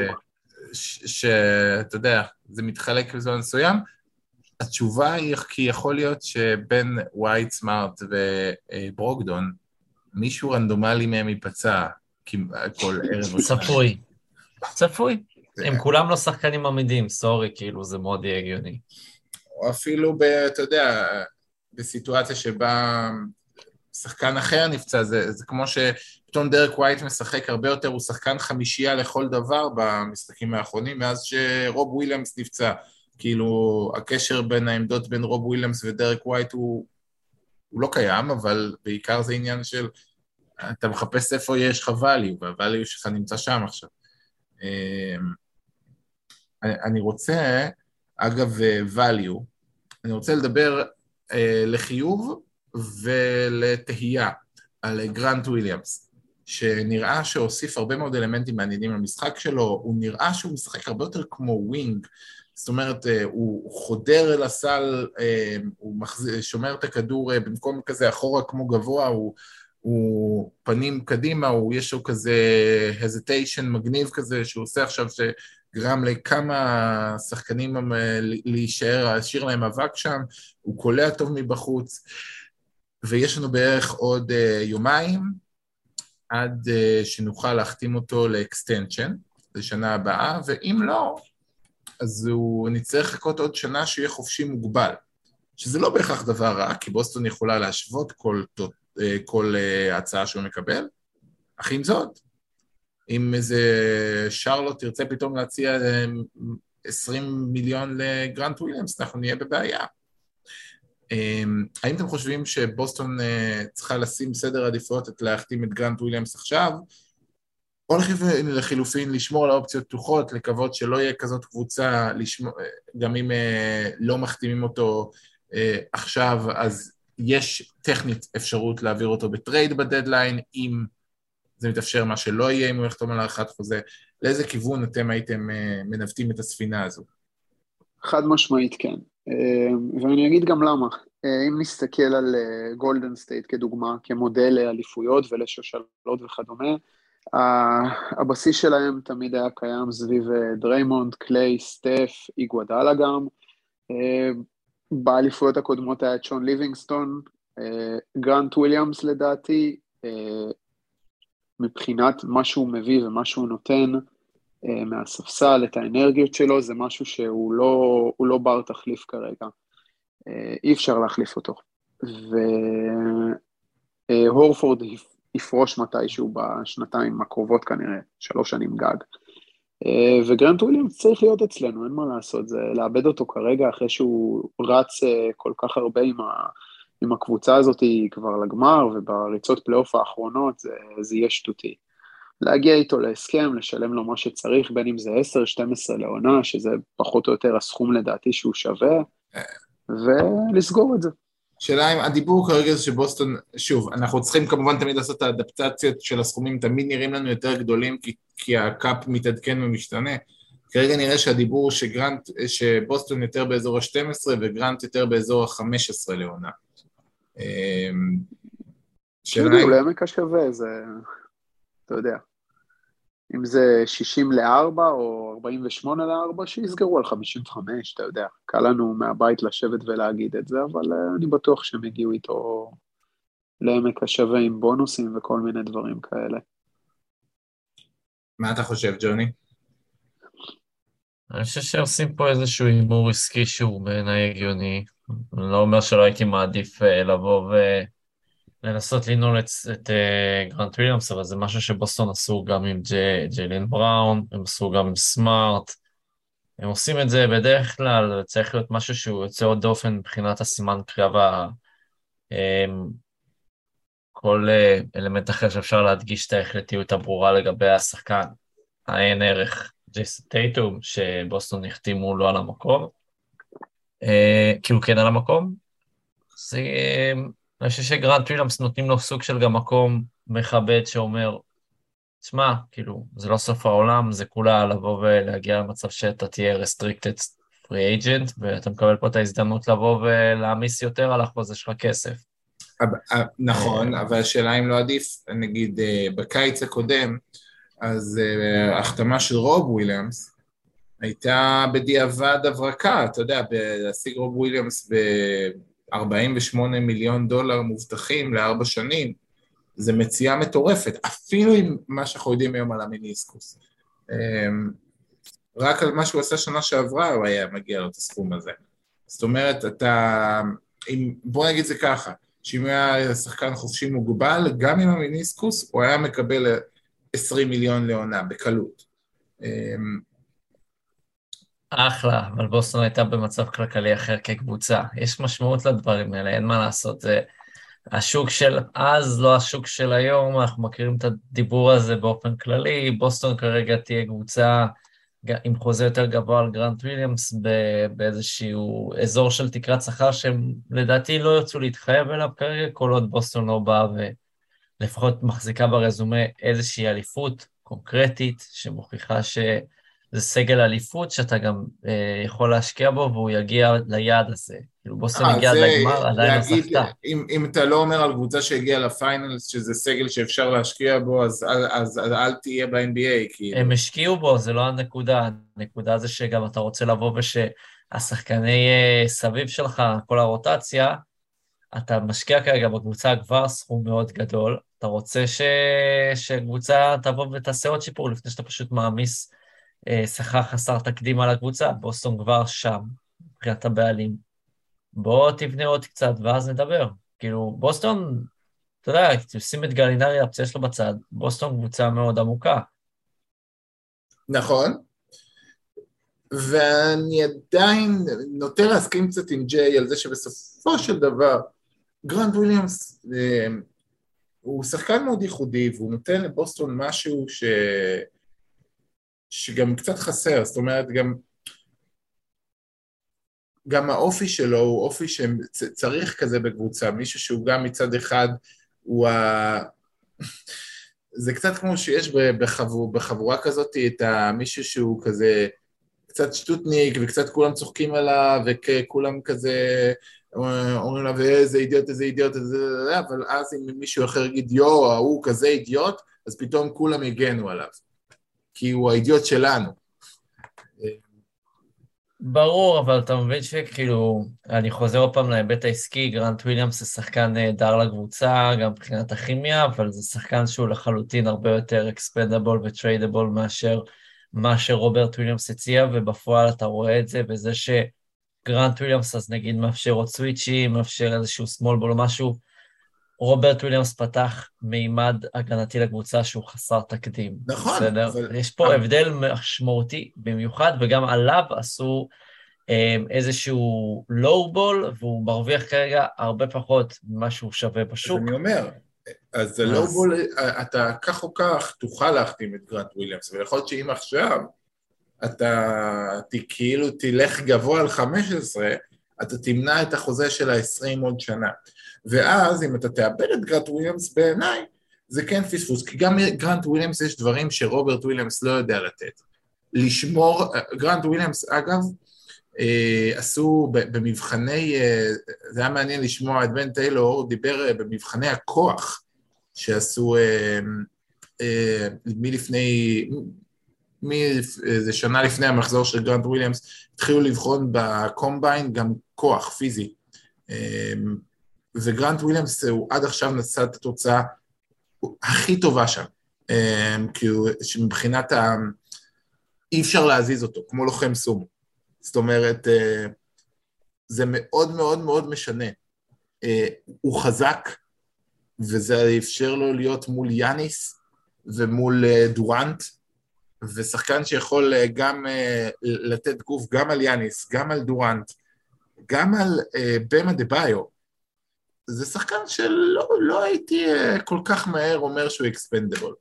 שאתה יודע, זה מתחלק בזמן מסוים, התשובה היא כי יכול להיות שבין ווייט, סמארט וברוקדון, מישהו רנדומלי מהם ייפצע כל ערב. צפוי. הם כולם לא שחקנים עמידים, סורי, כאילו זה מאוד יהיה הגיוני. או אפילו, אתה יודע, בסיטואציה שבה שחקן אחר נפצע, זה כמו שפתאום דרק ווייט משחק הרבה יותר, הוא שחקן חמישייה לכל דבר במשחקים האחרונים, מאז שרוב וויליאמס נפצע. כאילו, הקשר בין העמדות בין רוב וויליאמס ודרק ווייט הוא לא קיים, אבל בעיקר זה עניין של, אתה מחפש איפה יש לך value, והvalue שלך נמצא שם עכשיו. אני רוצה, אגב, value, אני רוצה לדבר לחיוב ולתהייה על גרנט וויליאמס, שנראה שהוסיף הרבה מאוד אלמנטים מעניינים למשחק שלו, הוא נראה שהוא משחק הרבה יותר כמו ווינג, זאת אומרת, הוא חודר אל הסל, הוא שומר את הכדור במקום כזה אחורה כמו גבוה, הוא פנים קדימה, יש לו כזה hesitation מגניב כזה, שהוא עושה עכשיו שגרם לכמה שחקנים להישאר, להשאיר להם אבק שם, הוא קולע טוב מבחוץ, ויש לנו בערך עוד יומיים, עד שנוכל להחתים אותו לאקסטנשן, לשנה הבאה, ואם לא, אז נצטרך לחכות עוד שנה שיהיה חופשי מוגבל, שזה לא בהכרח דבר רע, כי בוסטון יכולה להשוות כל הצעה שהוא מקבל, אך עם זאת, אם איזה שרלוט תרצה פתאום להציע 20 מיליון לגרנט וויליאמס, אנחנו נהיה בבעיה. האם אתם חושבים שבוסטון צריכה לשים סדר עדיפויות להחתים את גרנט וויליאמס עכשיו, או לחילופין לשמור על האופציות פתוחות, לקוות שלא יהיה כזאת קבוצה, גם אם לא מחתימים אותו עכשיו, אז יש טכנית אפשרות להעביר אותו בטרייד בדדליין, אם זה מתאפשר מה שלא יהיה, אם הוא יחתום על הארכת חוזה, לאיזה כיוון אתם הייתם מנווטים את הספינה הזו? חד משמעית כן, ואני אגיד גם למה. אם נסתכל על גולדן סטייט כדוגמה, כמודל לאליפויות ולשושלות וכדומה, הבסיס שלהם תמיד היה קיים סביב דריימונד, קליי, סטף, איגוודאלה גם, באליפויות הקודמות היה שון ליבינגסטון, גרנט וויליאמס לדעתי, מבחינת מה שהוא מביא ומה שהוא נותן מהספסל, את האנרגיות שלו, זה משהו שהוא לא בר תחליף כרגע, אי אפשר להחליף אותו, והורפורד יפרוש מתישהו בשנתיים הקרובות כנראה, 3 שנים גג. וגרנט וויליאמס צריך להיות אצלנו, אין מה לעשות, זה לאבד אותו כרגע, אחרי שהוא רץ כל כך הרבה עם הקבוצה הזאת כבר לגמר, ובריצות פלייאוף האחרונות זה יהיה שטותי. להגיע איתו להסכם, לשלם לו מה שצריך, בין אם זה 10-12 לעונה, שזה פחות או יותר הסכום לדעתי שהוא שווה, ולסגור את זה. שאלה אם הדיבור כרגע זה שבוסטון, שוב, אנחנו צריכים כמובן תמיד לעשות את האדפטציות של הסכומים, תמיד נראים לנו יותר גדולים, כי הקאפ מתעדכן ומשתנה, כרגע נראה שהדיבור שבוסטון יותר באזור ה-12 וגרנט יותר באזור ה-15 לעונה. תראו, לעמק השווה, זה, אתה יודע, אם זה 60-4 או 48-4, שיסגרו על 55, אתה יודע. קל לנו מהבית לשבת ולהגיד את זה, אבל אני בטוח שהם הגיעו איתו לעמק השווה עם בונוסים וכל מיני דברים כאלה. מה אתה חושב, ג'וני? אני חושב שעושים פה איזשהו הימור עסקי שהוא בעיניי הגיוני. אני לא אומר שלא הייתי מעדיף לבוא ולנסות לנעול את גרנט וויליאמס, אבל זה משהו שבוסטון עשו גם עם ג'יילן בראון, הם עשו גם עם סמארט. הם עושים את זה בדרך כלל, וצריך להיות משהו שהוא יוצא עוד דופן מבחינת הסימן קריאה כל אלמנט אחר שאפשר להדגיש את ההחלטיות הברורה לגבי השחקן. אין ערך ג'ייסון טייטום, שבוסטון החתימו לו על המקום, כאילו כן על המקום, אני חושב שגרנט וויליאמס נותנים לו סוג של גם מקום מכבד שאומר, תשמע, כאילו, זה לא סוף העולם, זה כולה לבוא ולהגיע למצב שאתה תהיה restricted free agent, ואתה מקבל פה את ההזדמנות לבוא ולהמיס יותר על החוזה שלך כסף. נכון, אבל השאלה אם לא עדיף, נגיד בקיץ הקודם, אז ההחתמה של רוב וויליאמס הייתה בדיעבד הברקה, אתה יודע, להשיג רוב וויליאמס ב$48 מיליון מובטחים ל4 שנים, זה מציאה מטורפת, אפילו עם מה שאנחנו יודעים היום על המיניסקוס. רק על מה שהוא עשה שנה שעברה, הוא היה מגיע לו את הסכום הזה. זאת אומרת, בוא נגיד זה ככה, שאם היה שחקן חופשי מוגבל, גם עם המיניסקוס, הוא היה מקבל 20 מיליון לעונה, בקלות. אחלה, אבל בוסטון הייתה במצב כלכלי אחר כקבוצה. יש משמעות לדברים האלה, אין מה לעשות. זה השוק של אז, לא השוק של היום, אנחנו מכירים את הדיבור הזה באופן כללי. בוסטון כרגע תהיה קבוצה עם חוזה יותר גבוה על גרנט וויליאמס, באיזשהו אזור של תקרת שכר, שהם לדעתי לא ירצו להתחייב אליו כרגע, כל עוד בוסטון לא באה ולפחות מחזיקה ברזומה איזושהי אליפות קונקרטית, שמוכיחה שזה סגל אליפות, שאתה גם יכול להשקיע בו, והוא יגיע ליעד הזה. כאילו בוסטון הגיע לגמר, עדיין לא זכתה. אם אתה לא אומר על קבוצה שהגיעה לפיינלס, שזה סגל שאפשר להשקיע בו, אז אל תהיה ב-NBA. כאילו. הם השקיעו בו, זה לא הנקודה. הנקודה זה שגם אתה רוצה לבוא ושהשחקני סביב שלך, כל הרוטציה, אתה משקיע כרגע בקבוצה כבר סכום מאוד גדול, אתה רוצה שקבוצה תבוא ותעשה עוד שיפור, לפני שאתה פשוט מעמיס שכר חסר תקדים על הקבוצה, בוסטון כבר שם, מבחינת הבעלים. בוא תבנה עוד קצת, ואז נדבר. כאילו, בוסטון, אתה יודע, תשים את גלינרי, הפציעה שלו בצד, בוסטון קבוצה מאוד עמוקה. נכון, ואני עדיין נוטה להסכים קצת עם ג'יי על זה שבסופו של דבר, גרנט וויליאמס הוא שחקן מאוד ייחודי, והוא נותן לבוסטון משהו שגם קצת חסר, זאת אומרת, גם האופי שלו הוא אופי שצריך כזה בקבוצה, מישהו שהוא גם מצד אחד, זה קצת כמו שיש בחבורה כזאת, את מישהו שהוא כזה קצת שטוטניק, וקצת כולם צוחקים עליו, וכולם כזה אומרים לה, ואיזה אידיוט, אבל אז אם מישהו אחר יגיד, הוא כזה אידיוט, אז פתאום כולם יגנו עליו, כי הוא האידיוט שלנו. ברור, אבל אתה מבין שכאילו, אני חוזר עוד פעם להיבט העסקי, גרנט וויליאמס זה שחקן נהדר לקבוצה, גם מבחינת הכימיה, אבל זה שחקן שהוא לחלוטין הרבה יותר אקספנדבול וטריידבול מאשר מה שרוברט וויליאמס הציע, ובפועל אתה רואה את זה בזה שגרנט וויליאמס אז נגיד מאפשר עוד סוויצ'ים, מאפשר איזשהו סמול בול או משהו, רוברט וויליאמס פתח מימד הגנתי לקבוצה שהוא חסר תקדים. נכון. בסדר? אבל... יש פה הבדל משמעותי במיוחד, וגם עליו עשו איזשהו לואו בול, והוא מרוויח כרגע הרבה פחות ממה שהוא שווה בשוק. אז אני אומר, אז הלואו בול, אתה כך או כך תוכל להחתים את גרנט וויליאמס, ויכול להיות שאם עכשיו אתה כאילו תלך גבוה על 15, אתה תמנע את החוזה של ה-20 עוד שנה. ואז אם אתה תאבד את גרנט וויליאמס בעיניי, זה כן פספוס, כי גם גרנט וויליאמס יש דברים שרוברט וויליאמס לא יודע לתת. לשמור, גרנט וויליאמס אגב, עשו במבחני, זה היה מעניין לשמוע את בן טיילור, דיבר במבחני הכוח שעשו זה שנה לפני המחזור של גרנט וויליאמס, התחילו לבחון בקומביין גם כוח פיזי, וגרנט וויליאמס הוא עד עכשיו נשא את התוצאה הכי טובה שם, כי מבחינת אי אפשר להזיז אותו, כמו לוחם סומו. זאת אומרת, זה מאוד מאוד מאוד משנה. הוא חזק, וזה אפשר לו להיות מול יאניס, ומול דורנט, ושחקן שיכול גם לתת גוף גם על יאניס, גם על דורנט, גם על במה דבאיו. זה שחקן שלא הייתי כל כך מהר אומר שהוא אקספנדבול.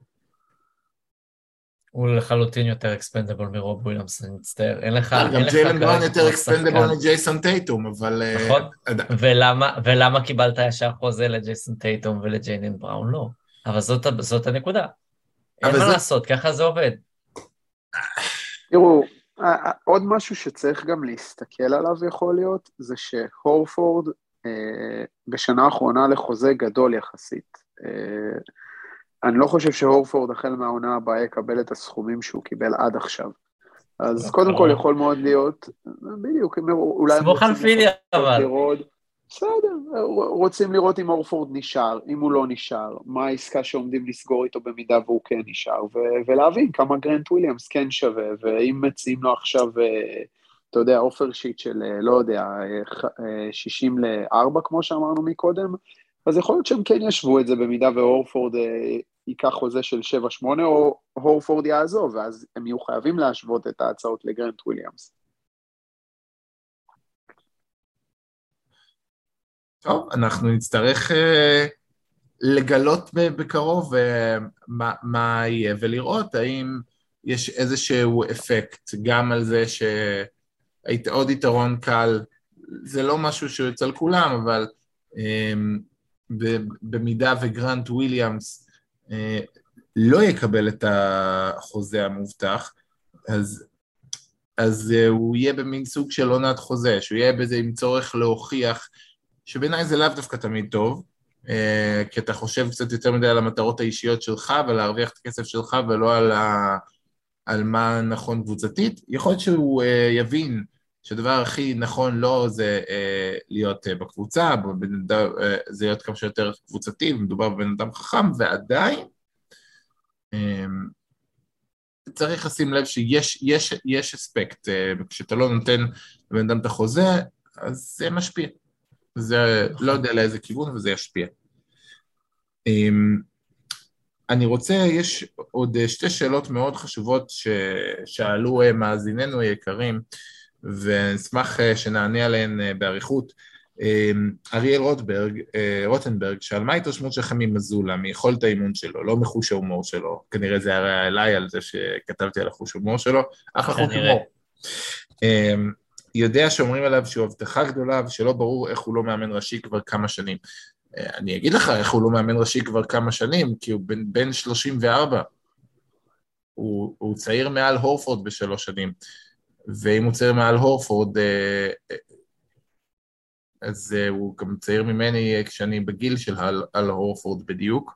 הוא לחלוטין יותר אקספנדבול מרוב וויליאמס, אני מצטער. גם ג'יילן בראון יותר אקספנדבול מג'ייסון טייטום, אבל... נכון, ולמה קיבלת ישר חוזה לג'ייסון טייטום ולג'יילן בראון? לא. אבל זאת הנקודה. אין מה לעשות, ככה זה עובד. תראו, עוד משהו שצריך גם להסתכל עליו יכול להיות, זה שהורפורד בשנה האחרונה לחוזה גדול יחסית. אני לא חושב שהורפורד החל מהעונה הבאה יקבל את הסכומים שהוא קיבל עד עכשיו. אז קודם כל יכול מאוד להיות, בדיוק, אולי... סמוך על פילי אבל. בסדר, רוצים לראות אם הורפורד נשאר, אם הוא לא נשאר, מה העסקה שעומדים לסגור איתו במידה והוא כן נשאר, ולהבין כמה גרנט וויליאמס כן שווה, ואם מציעים לו עכשיו, אתה יודע, אופר שיט של, לא יודע, 60-4 כמו שאמרנו מקודם, אז יכול להיות שהם כן ישבו את זה במידה והורפורד ייקח חוזה של 7-8, או הורפורד יעזוב, ואז הם יהיו חייבים להשוות את ההצעות לגרנט וויליאמס. טוב, אנחנו נצטרך לגלות בקרוב מה יהיה, ולראות האם יש איזשהו אפקט, גם על זה שהיית עוד יתרון קל, זה לא משהו שהוא אצל כולם, אבל במידה וגרנט וויליאמס לא יקבל את החוזה המובטח, אז הוא יהיה במין סוג של עונת חוזה, שהוא יהיה בזה עם צורך להוכיח, שבעיניי זה לאו דווקא תמיד טוב, כי אתה חושב קצת יותר מדי על המטרות האישיות שלך, ולהרוויח את הכסף שלך, ולא על מה נכון קבוצתית. יכול להיות שהוא יבין שהדבר הכי נכון לו זה להיות בקבוצה, זה להיות כמה שיותר קבוצתי, ומדובר בבן אדם חכם, ועדיין צריך לשים לב שיש אספקט, כשאתה לא נותן לבן אדם את החוזה, אז זה משפיע. זה לא יודע לאיזה כיוון, וזה ישפיע. אני רוצה, יש עוד שתי שאלות מאוד חשובות ששאלו מאזיננו היקרים, ונשמח שנענה עליהן בעריכות. אריאל רוטנברג שאל, מה ההתרשמות שלכם ממזולה, מיכולת האימון שלו, לא מחוש ההומור שלו, כנראה זה היה אליי על זה שכתבתי על החוש ההומור שלו, אחלה חוש הומור. יודע שאומרים עליו שהוא הבטחה גדולה, ושלא ברור איך הוא לא מאמן ראשי כבר כמה שנים. אני אגיד לך איך הוא לא מאמן ראשי כבר כמה שנים, כי הוא בן 34. הוא צעיר מעל הורפורד ב3 שנים, ואם הוא צעיר מעל הורפורד, אז הוא גם צעיר ממני כשאני בגיל של על הורפורד בדיוק.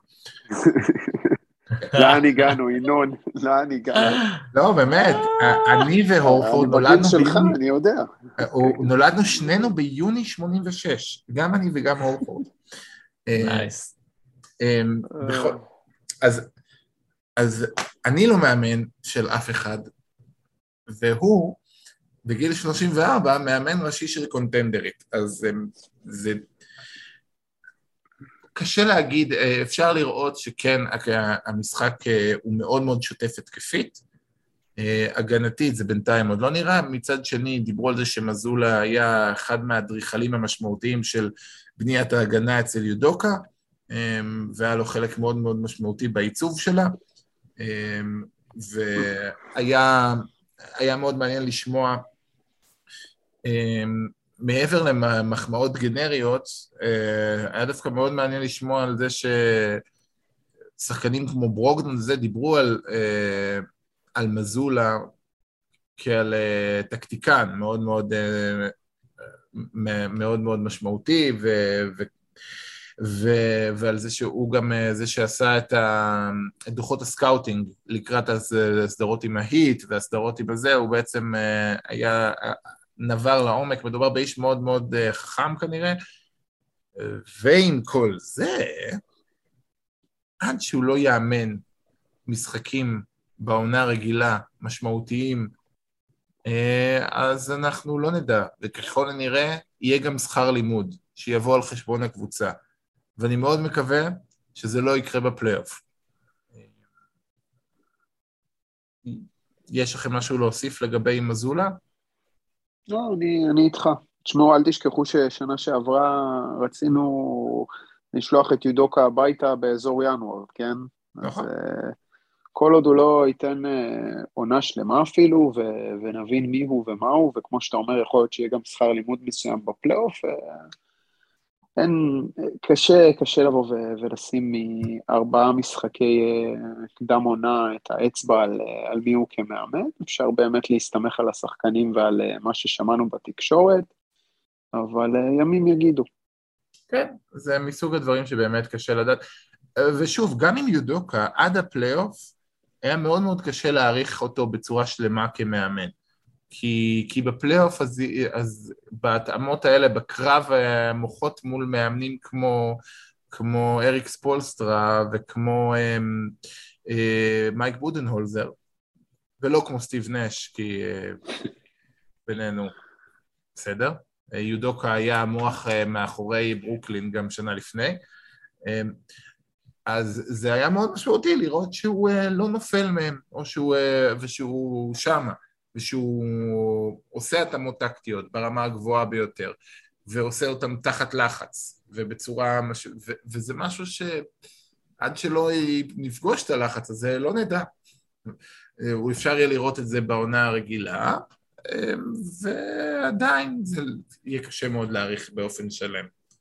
לאן הגענו, ינון? לאן הגענו? לא, באמת, אני והורפורד נולדנו שלך, אני יודע. נולדנו שנינו ביוני 86, גם אני וגם הורפורד. נייס. אז אני לא מאמן של אף אחד, והוא בגיל 34 מאמן ראשי של קונטנדרית, אז זה קשה להגיד, אפשר לראות שכן, המשחק הוא מאוד מאוד שוטף התקפית, הגנתית זה בינתיים עוד לא נראה, מצד שני דיברו על זה שמזולה היה אחד מהאדריכלים המשמעותיים של בניית ההגנה אצל יודוקה, והיה לו חלק מאוד מאוד משמעותי בעיצוב שלה, והיה מאוד מעניין לשמוע, מעבר למחמאות גנריות, היה דווקא מאוד מעניין לשמוע על זה ששחקנים כמו ברוגדון זה דיברו על מזולה כעל טקטיקן מאוד מאוד מאוד מאוד משמעותי, ועל זה שהוא גם זה שעשה את דוחות הסקאוטינג לקראת הסדרות עם ההיט והסדרות עם הזה, הוא בעצם היה נבר לעומק, מדובר באיש מאוד מאוד חכם כנראה, ועם כל זה, עד שהוא לא יאמן משחקים בעונה רגילה משמעותיים, אז אנחנו לא נדע, וככל הנראה יהיה גם שכר לימוד שיבוא על חשבון הקבוצה, ואני מאוד מקווה שזה לא יקרה בפלייאוף. יש לכם משהו להוסיף לגבי מזולה? לא, אני איתך. תשמעו, אל תשכחו ששנה שעברה רצינו לשלוח את יודוקה הביתה באזור ינואר, כן? נכון. אז כל עוד הוא לא ייתן עונה שלמה אפילו, ונבין מי הוא ומה הוא, וכמו שאתה אומר, יכול להיות שיהיה גם שכר לימוד מסוים בפלייאוף, קשה לבוא ולשים מ4 משחקי קדם עונה את האצבע על מי הוא כמאמן, אפשר באמת להסתמך על השחקנים ועל מה ששמענו בתקשורת, אבל ימים יגידו. כן, זה מסוג הדברים שבאמת קשה לדעת, ושוב, גם עם יודוקה, עד הפלייאוף, היה מאוד מאוד קשה להעריך אותו בצורה שלמה כמאמן, כי בפלייאוף אז בהתאמות האלה, בקרב מוחות מול מאמנים כמו אריק ספולסטרה וכמו מייק בודנהולזר, ולא כמו סטיב נש, כי בינינו, בסדר? יודוקה היה המוח מאחורי ברוקלין גם שנה לפני, אז זה היה מאוד משמעותי לראות שהוא לא נופל מהם, ושהוא שמה, ושהוא עושה התאמות טקטיות ברמה הגבוהה ביותר, ועושה אותם תחת לחץ, וזה משהו שעד שלא נפגוש את הלחץ הזה, לא נדע. הוא אפשר יהיה לראות את זה בעונה הרגילה, ועדיין זה יהיה קשה מאוד להעריך באופן שלם.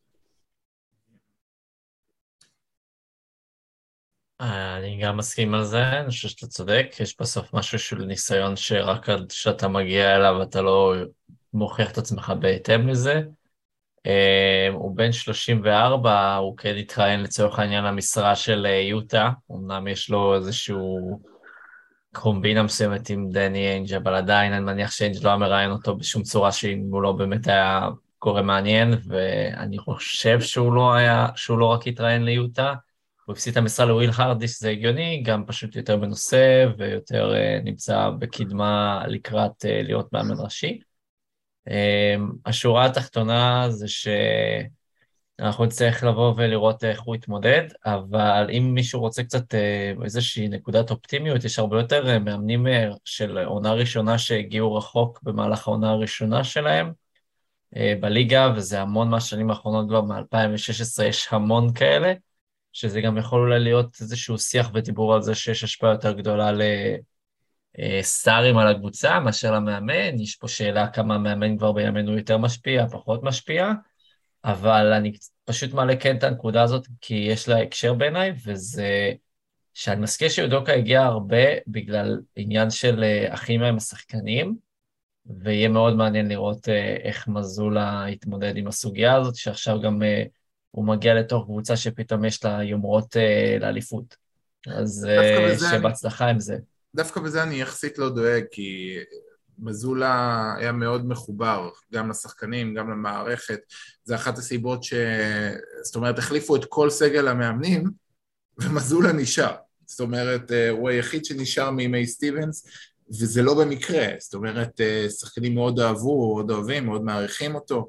אני גם מסכים על זה, אני חושב שאתה צודק, יש בסוף משהו של ניסיון שרק עד שאתה מגיע אליו אתה לא מוכיח את עצמך בהתאם לזה. הוא בן 34, הוא כן התראיין לצורך העניין למשרה של יוטה, אמנם יש לו איזשהו קומבינה מסוימת עם דני איינג', אבל עדיין אני מניח שאיינג' לא מראיין אותו בשום צורה שאם הוא לא באמת היה קורא מעניין, ואני חושב שהוא לא רק התראיין ליוטה, הוא הפסיד את המשרה לוויל הרדיש, זה הגיוני, גם פשוט יותר בנושא ויותר נמצא בקדמה לקראת להיות מאמן ראשי. השורה התחתונה זה שאנחנו נצטרך לבוא ולראות איך הוא יתמודד, אבל אם מישהו רוצה קצת איזושהי נקודת אופטימיות, יש הרבה יותר מאמנים של עונה ראשונה שהגיעו רחוק במהלך העונה הראשונה שלהם בליגה, וזה המון מהשנים האחרונות כבר מ-2016 יש המון כאלה, שזה גם יכול אולי להיות איזשהו שיח ודיבור על זה שיש השפעה יותר גדולה לסטארים על הקבוצה מאשר למאמן. יש פה שאלה כמה המאמן כבר בימינו יותר משפיע, פחות משפיע, אבל אני פשוט מעלה כן את הנקודה הזאת, כי יש לה הקשר בעיניי, וזה שאני מזכיר שיודוקה הגיע הרבה בגלל עניין של הכימיה עם השחקנים, ויהיה מאוד מעניין לראות איך מזולה יתמודד עם הסוגיה הזאת, שעכשיו גם הוא מגיע לתוך קבוצה שפתאום יש לה יומרות לאליפות. אז שבהצלחה עם זה. דווקא בזה אני יחסית לא דואג, כי מזולה היה מאוד מחובר, גם לשחקנים, גם למערכת. זה אחת הסיבות זאת אומרת, החליפו את כל סגל המאמנים, ומזולה נשאר. זאת אומרת, הוא היחיד שנשאר מימי סטיבנס, וזה לא במקרה. זאת אומרת, שחקנים מאוד אהבו, מאוד אוהבים, מאוד מעריכים אותו.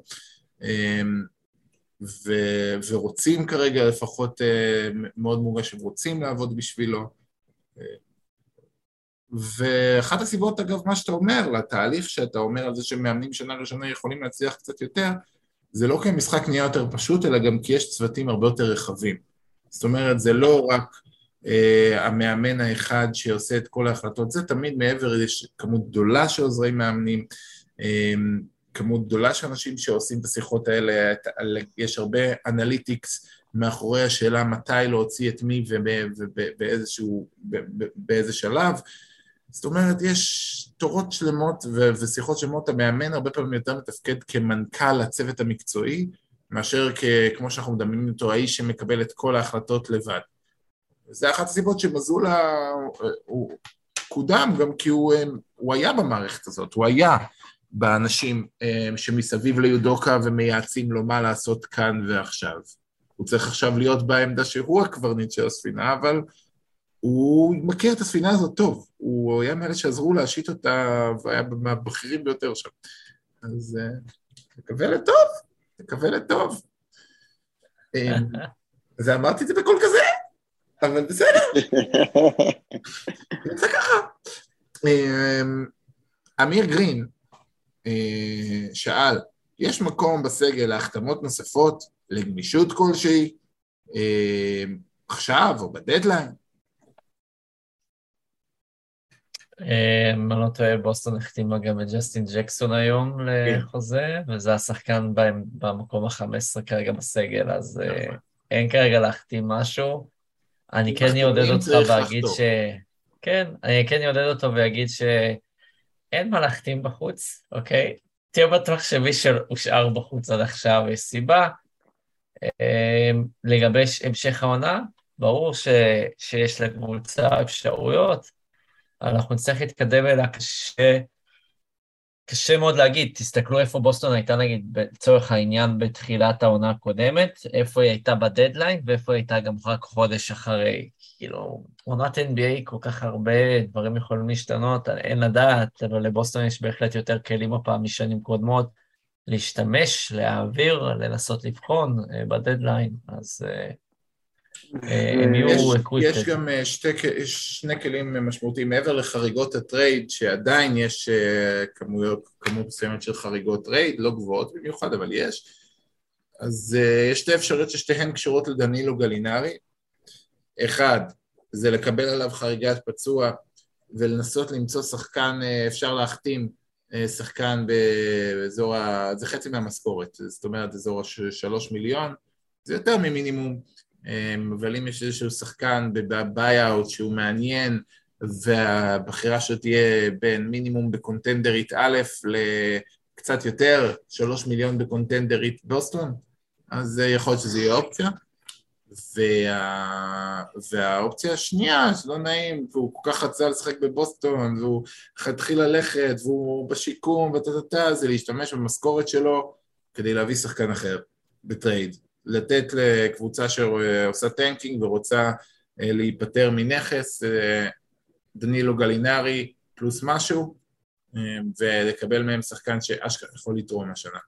ורוצים כרגע לפחות מאוד מורגש שרוצים לעבוד בשבילו. ואחת הסיבות, אגב, מה שאתה אומר, לתהליך שאתה אומר על זה שמאמנים שנה ראשונה יכולים להצליח קצת יותר, זה לא כי המשחק נהיה יותר פשוט, אלא גם כי יש צוותים הרבה יותר רחבים. זאת אומרת, זה לא רק המאמן האחד שעושה את כל ההחלטות, זה תמיד מעבר, יש כמות גדולה שעוזרי מאמנים, כמות גדולה של אנשים שעושים את השיחות האלה, יש הרבה אנליטיקס מאחורי השאלה מתי להוציא את מי ובאיזה שלב, זאת אומרת, יש תורות שלמות ושיחות שלמות, המאמן הרבה פעמים יותר מתפקד כמנכ"ל הצוות המקצועי, מאשר כמו שאנחנו מדמיינים אותו, האיש שמקבל את כל ההחלטות לבד. זה אחת הסיבות שמזולה הוא קודם, גם כי הוא היה במערכת הזאת, הוא היה באנשים שמסביב ליודוקה ומייעצים לו מה לעשות כאן ועכשיו. הוא צריך עכשיו להיות בעמדה שהוא הקברניט של הספינה, אבל הוא מכיר את הספינה הזאת טוב, הוא היה מאלה שעזרו להשית אותה, והיה מהבכירים ביותר שם. אז תקווה לטוב, תקווה לטוב. אז אמרתי את זה בכל כזה, אבל בסדר. זה ככה. אמיר גרין שאל, יש מקום בסגל להחתמות נוספות, לגמישות כלשהי, עכשיו או בדדליין? אני לא טועה, בוסטון החתימה גם את ג'סטין ג'קסון היום לחוזה, וזה השחקן במקום ה-15 כרגע בסגל, אז אין כרגע להחתים משהו. אני כן יעודד אותך ואגיד כן, אני כן יעודד אותו ויגיד שאין מה להחתים בחוץ, אוקיי? תהיה בטוח שמי שהושאר בחוץ עד עכשיו יש סיבה. לגבי המשך העונה, ברור שיש לקבוצה אפשרויות, אנחנו נצטרך להתקדם אליה, קשה מאוד להגיד, תסתכלו איפה בוסטון הייתה נגיד בצורך העניין בתחילת העונה הקודמת, איפה היא הייתה בדדליין, ואיפה היא הייתה גם רק חודש אחרי, כאילו, עונת NBA כל כך הרבה דברים יכולים להשתנות, אין לדעת, אבל לבוסטון יש בהחלט יותר כלים הפעם משנים קודמות, להשתמש, להעביר, לנסות לבחון בדדליין, אז הם יהיו אקוויפטד. יש גם שני כלים משמעותיים, מעבר לחריגות הטרייד, שעדיין יש כמות מסוימת של חריגות טרייד, לא גבוהות במיוחד, אבל יש. אז יש שתי אפשרויות ששתיהן קשורות לדנילו גלינרי. אחד, זה לקבל עליו חריגת פצוע, ולנסות למצוא שחקן, אפשר להחתים שחקן באזור, זה חצי מהמשכורת, זאת אומרת, אזור 3 מיליון, זה יותר ממינימום, אבל אם יש איזשהו שחקן בביי-אוט שהוא מעניין, והבחירה שתהיה בין מינימום בקונטנדרית א' לקצת יותר, 3 מיליון בקונטנדרית בוסטון, אז יכול להיות שזה יהיה אופציה. והאופציה השנייה, שלא נעים, והוא כל כך רצה לשחק בבוסטון, והוא התחיל ללכת, והוא בשיקום, זה להשתמש במשכורת שלו, כדי להביא שחקן אחר בטרייד. לתת לקבוצה שעושה טנקינג ורוצה להיפטר מנכס, דנילו גלינרי פלוס משהו, ולקבל מהם שחקן שאשכרה יכול לתרום השנה.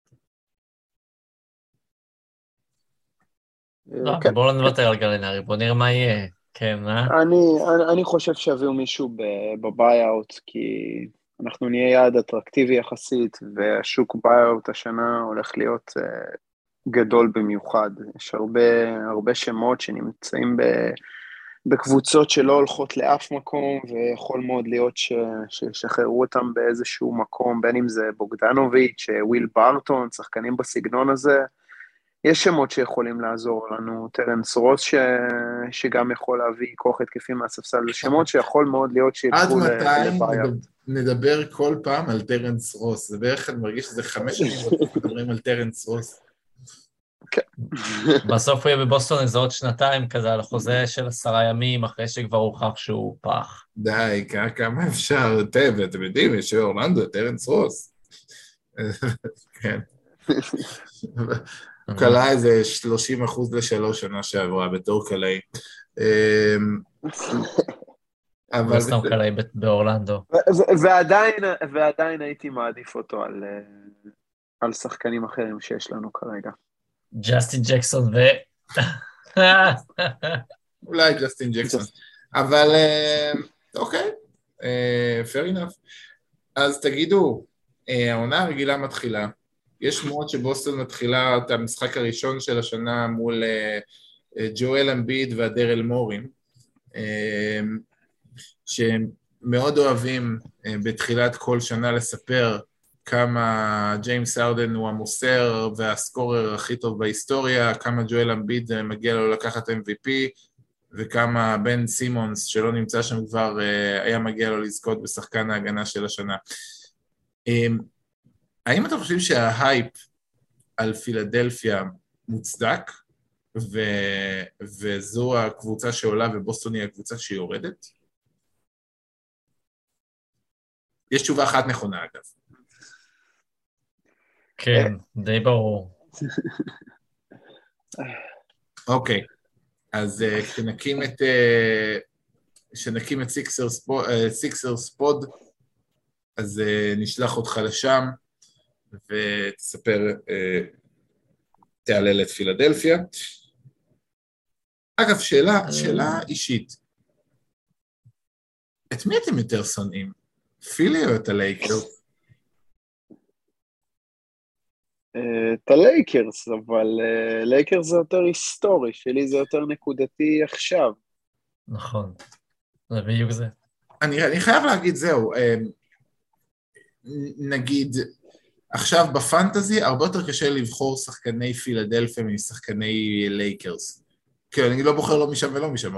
בואו לא נוותר על גלינרי, בואו נראה מה יהיה. כן, אני חושב שיביאו מישהו בביי-אוט, כי אנחנו נהיה יעד אטרקטיבי יחסית, והשוק ביי-אוט השנה הולך להיות גדול במיוחד. יש הרבה שמות שנמצאים בקבוצות שלא הולכות לאף מקום, ויכול מאוד להיות שישחררו אותם באיזשהו מקום, בין אם זה בוגדנוביץ', וויל ברטון, שחקנים בסגנון הזה. יש שמות שיכולים לעזור לנו, טרנס רוס שגם יכול להביא כוח התקפים מהספסל, זה שמות שיכול מאוד להיות שילכו לבעיה. עד מתי נדבר כל פעם על טרנס רוס? זה בערך אני מרגיש שזה 5 שנים מדברים על טרנס רוס. בסוף הוא יהיה בבוסטון איזה עוד 2 כזה, על החוזה של 10 ימים, אחרי שכבר הוכח שהוא פח. די, כמה אפשר, אתם יודעים, יש אורלנדו, טרנס רוס. כן. הוא קלה איזה 30% ל3 שנה שעברה בתור קלעי. אבל סתם קלעי באורלנדו. ועדיין הייתי מעדיף אותו על שחקנים אחרים שיש לנו כרגע. ג'סטין ג'קסון אולי ג'סטין ג'קסון. אבל אוקיי, fair enough. אז תגידו, העונה הרגילה מתחילה. יש שמועות שבוסטון מתחילה את המשחק הראשון של השנה מול ג'ואל אמביד והדרל מורים, שהם מאוד אוהבים בתחילת כל שנה לספר כמה ג'יימס ארדן הוא המוסר והסקורר הכי טוב בהיסטוריה, כמה ג'ואל אמביד מגיע לו לקחת MVP, וכמה בן סימונס שלא נמצא שם כבר היה מגיע לו לזכות בשחקן ההגנה של השנה. האם אתה חושב שההייפ על פילדלפיה מוצדק, וזו הקבוצה שעולה ובוסטון היא הקבוצה שיורדת? יש תשובה אחת נכונה אגב. כן, די ברור. אוקיי, אז כשנקים את סיקסר ספוד, אז נשלח אותך לשם, ותספר, תעלל את פילדלפיה. אגב, שאלה אישית. את מי אתם יותר שונאים? פילי או את הלייקרס? את הלייקרס, אבל לייקרס זה יותר היסטורי, שלי זה יותר נקודתי עכשיו. נכון, זה בדיוק זה. אני חייב להגיד זהו, נגיד, עכשיו בפנטזי הרבה יותר קשה לבחור שחקני פילדלפיה משחקני לייקרס. כן, אני לא בוחר לא משם ולא משם,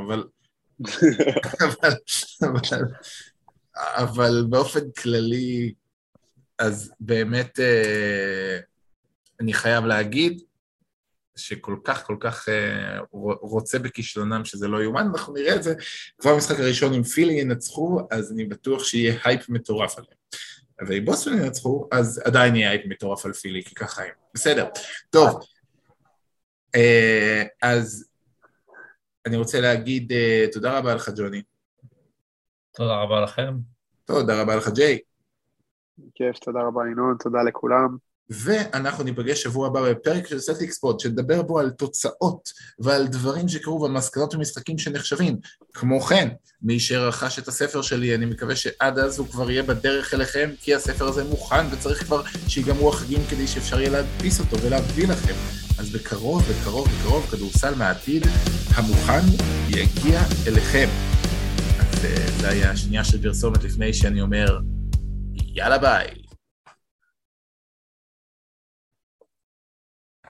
אבל באופן כללי, אז באמת אני חייב להגיד שכל כך רוצה בכישלונם שזה לא יומן, אנחנו נראה את זה כבר במשחק הראשון, אם פילי ינצחו, אז אני בטוח שיהיה הייפ מטורף עליהם. אבל אם בוסטון ינצחו, אז עדיין יהיה הייפ מטורף על פילי, כי ככה הם. בסדר, טוב. אז אני רוצה להגיד תודה רבה לך, ג'וני. תודה רבה לכם. תודה רבה לך, ג'יי. כיף, תודה רבה, ינון, תודה לכולם. ואנחנו ניפגש שבוע הבא בפרק של סלטיקס פוד, שדבר בו על תוצאות ועל דברים שקרו במסקנות ומשחקים שנחשבים. כמו כן, מי שרכש את הספר שלי, אני מקווה שעד אז הוא כבר יהיה בדרך אליכם, כי הספר הזה מוכן וצריך כבר שיגמרו החגים כדי שאפשר יהיה להדפיס אותו ולהביא לכם. אז בקרוב, כדורסל מהעתיד המוכן יגיע אליכם. אז זה היה השנייה של פרסומת לפני שאני אומר, יאללה ביי.